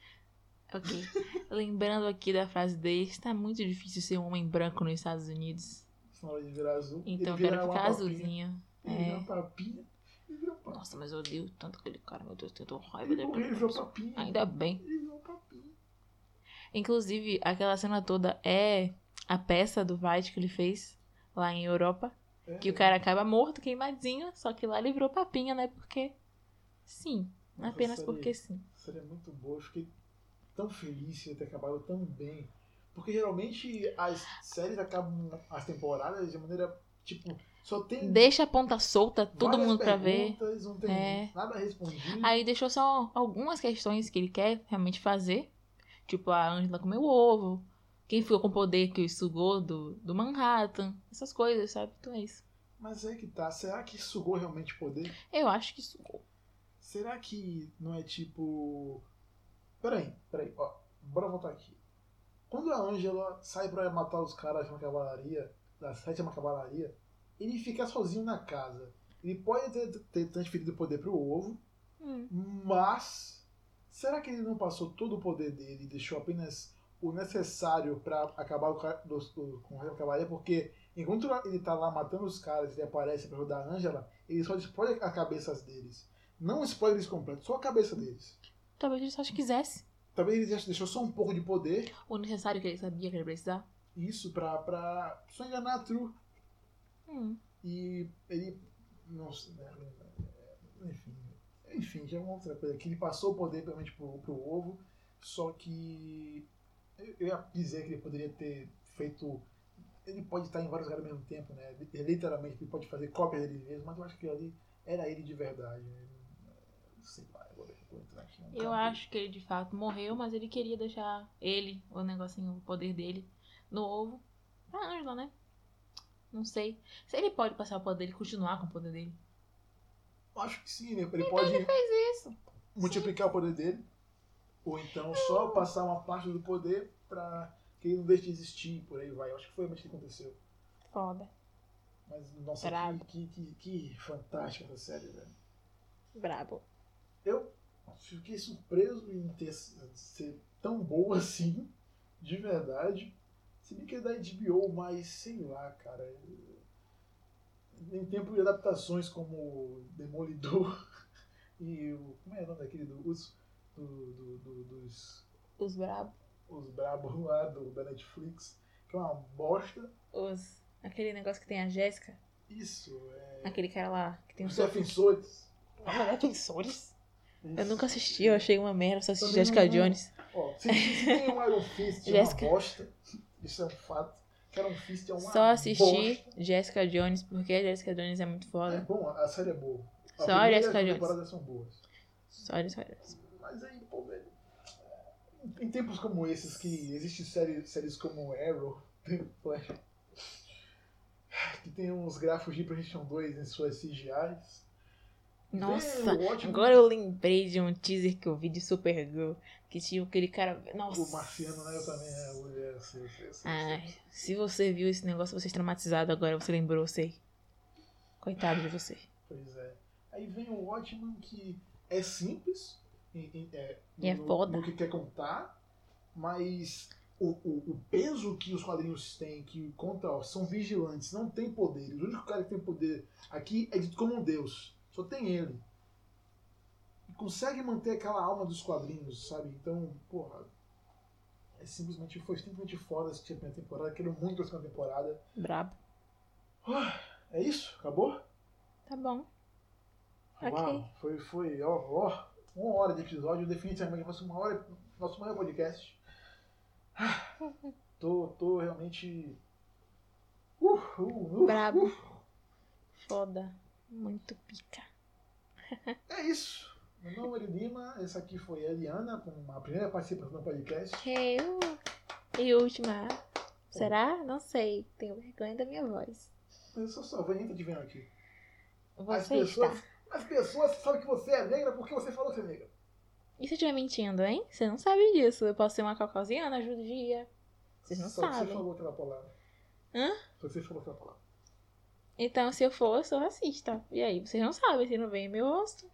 Ok. Lembrando aqui da frase dele, está muito difícil ser um homem branco nos Estados Unidos. Senão ele virar azul. Então eu ele quero virar ficar uma papinha. azulzinho. Ele É. vira uma papinha. Ele vira uma papinha. Nossa, mas eu odeio tanto aquele cara, meu Deus, eu tenho raiva Ele dele. morreu, ele virou papinha. Ainda bem. Ele virou papinha. Inclusive, aquela cena toda é a peça do Veidt que ele fez lá em Europa. É, Que o cara acaba morto, queimadinho, só que lá ele virou papinha, né? Porque sim. Nossa, Apenas série- porque sim. Seria muito boa. Eu fiquei tão feliz de ter acabado tão bem. Porque geralmente as séries acabam as temporadas de maneira, tipo, só tem Deixa a ponta solta, todo várias mundo pra ver. perguntas, não tem É. nada respondido. Aí deixou só algumas questões que ele quer realmente fazer. Tipo, a Angela comeu ovo. Quem ficou com o poder que sugou do Manhattan. Essas coisas, sabe? Então é isso. Mas é que tá. Será que sugou realmente poder? Eu acho que sugou. Será que não é tipo... Peraí. Ó, bora voltar aqui. Quando a Angela sai pra matar os caras da sétima cavalaria, ele fica sozinho na casa. Ele pode ter transferido o poder pro ovo, mas será que ele não passou todo o poder dele e deixou apenas o necessário pra acabar com a cavalaria? Porque enquanto ele tá lá matando os caras e ele aparece pra ajudar a Angela, ele só explode as cabeças deles. Não explode eles completos, só a cabeça deles. Talvez ele só quisesse. Talvez ele deixou só um pouco de poder, O necessário que ele sabia que ele precisava. isso pra só enganar a True. Hum. E ele Não sei, né? Enfim, já é uma outra coisa. Que ele passou o poder realmente pro ovo, só que eu ia dizer que ele poderia ter feito. Ele pode estar em vários lugares ao mesmo tempo, né? Literalmente, ele pode fazer cópia dele mesmo, mas eu acho que ali era ele de verdade. Né? Sei lá, agora eu vou entrar aqui. Eu acho que ele de fato morreu, mas ele queria deixar o negocinho, o poder dele no ovo pra Angela, né? Não sei. Se ele pode passar o poder dele e continuar com o poder dele. Acho que sim, né? Ele pode Fez isso. multiplicar o poder dele, ou então só passar uma parte do poder pra que ele não deixe de existir, por aí vai. Eu acho que foi realmente o que aconteceu. Foda. Mas, nossa, Brabo. que fantástica essa série, velho. Brabo. Eu fiquei surpreso em ser tão boa assim, de verdade. Se bem que é da HBO, mas sei lá, cara. Em tempo de adaptações como Demolidor e o. Como é o nome daquele dos. Os brabos. Os brabos lá da Netflix, que é uma bosta. Aquele negócio que tem a Jéssica. Isso, é. Aquele cara lá que tem Os defensores. Defensores? Eu Isso. nunca assisti, eu achei uma merda, só assisti Também Jessica não- Jones. Ó, se tem um Iron Fist, é uma Jéssica. bosta. Isso é um fato. Que Iron Fist é uma Só assisti bosta. Jessica Jones, porque a Jessica Jones é muito É foda. bom, a série é boa. A Só a primeira e Jessica a Jones. temporada são boas. Só Jessica Jones. Mas aí, pô, velho. Em tempos como esses, que existem séries como Arrow, tem Flash, que tem uns gráficos de PlayStation 2 em suas CGIs. Nossa, Ótimo. agora eu lembrei de um teaser que eu vi de Supergirl, que tinha aquele cara... Nossa. O Marciano, né? Eu também. Eu sei. Ai, se você viu esse negócio, você é traumatizado agora, você lembrou, eu sei. Coitado de você. Pois é. Aí vem o Watchmen, que é simples E é no foda. que quer contar, mas o peso que os quadrinhos têm, que conta, ó, são vigilantes, não tem poderes. O único cara que tem poder aqui é dito como um deus. Só tem ele. E consegue manter aquela alma dos quadrinhos, sabe? Então, porra, foi simplesmente foda essa primeira temporada. Quero muito a segunda temporada. Brabo. É isso? Acabou? Tá bom. Uau, Ok. foi, ó, 1 hora de episódio, definitivamente nosso maior podcast. Tô realmente. Brabo. Foda. Muito pica. É isso. Meu nome é Lima, essa aqui foi a Eliana, com a primeira participação no podcast. E última. Será? Não sei. Tenho vergonha da minha voz. Eu só venho te vendo aqui. Você está. As pessoas sabem que você é negra porque você falou que é negra. E se eu estiver mentindo, hein? Você não sabe disso. Eu posso ser uma caucasiana judia. Vocês não Só que sabem. você falou aquela palavra. Hã? Só que você falou aquela palavra. Então, se eu for, eu sou racista. E aí, vocês não sabem, vocês não veem meu rosto.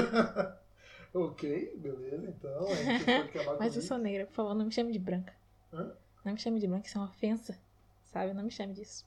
Ok, beleza, então. A gente pode acabar com Mas eu isso. sou negra, por favor, não me chame de branca. Hã? Não me chame de branca, isso é uma ofensa. Sabe? Não me chame disso.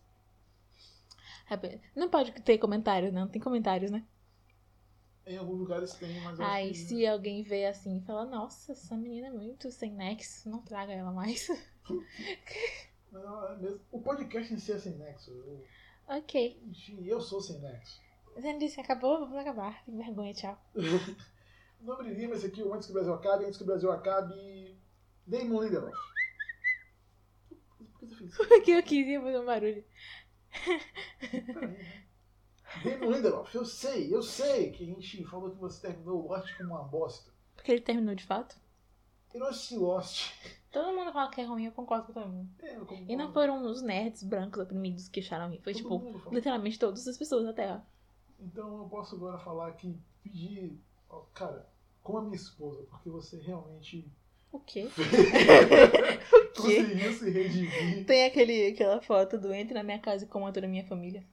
Não pode ter comentários, não. Tem comentários, né? Em alguns lugares tem, mas eu Aí, acho que... se alguém vê assim e fala, nossa, essa menina é muito sem nexo, não traga ela mais. Não, é mesmo. O podcast em si é sem nexo. Ok. Enfim, eu sou sem nexo. Você não disse que acabou? Vamos acabar. Tem vergonha, tchau. O nome de Lima, esse aqui, o Antes que o Brasil Acabe. Antes que o Brasil Acabe, Damon Lindelof. Por que você fez isso? Porque eu quis fazer um barulho. Peraí, né? Damon Lindelof, eu sei que a gente falou que você terminou o Lost como uma bosta. Porque ele terminou de fato. Eu não assisti Lost. Todo mundo fala que é ruim, eu concordo com todo mundo. E não foram os nerds brancos oprimidos que acharam ruim. Foi, Todo tipo, mundo falou. literalmente todas as pessoas da Terra. Então eu posso agora falar que pedir, ó, cara, com a minha esposa, porque você realmente O quê? conseguiu se redimir. Tem aquela foto do entre na minha casa e coma toda a minha família.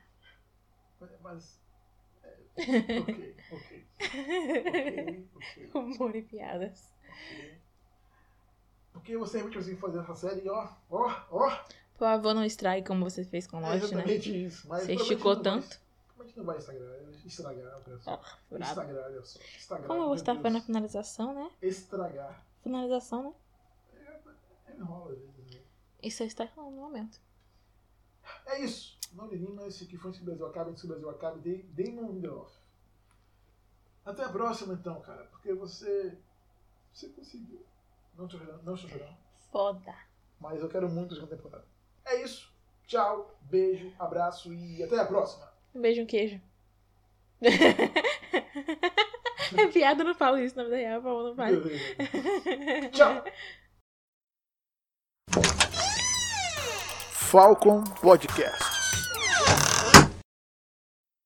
Mas. Ok. Humor e piadas. Porque você realmente conseguiu fazer essa série, ó. Por favor, não estrague como você fez com É Lost, né? exatamente isso. Mas Você provavelmente esticou não tanto. Provavelmente não vai estragar, pessoal. Brabo. Estragar, olha só. Estragar, Como meu você tá Deus. fazendo a finalização, né? Estragar. Finalização, né? Enrola às vezes. Né? Isso está falando no momento. É isso. Não Lirim, mas que foi antes que o Brasil acabe, antes que o Brasil acabe, Damon Lindelof. Até a próxima, então, cara, porque você conseguiu. Não estou chorando. Foda. Mas eu quero muito a segunda temporada. É isso. Tchau, beijo, abraço e até a próxima. Um beijo, um queijo. É piada, eu não falo isso na vida real, por favor, não fale. Tchau. Falcon Podcast.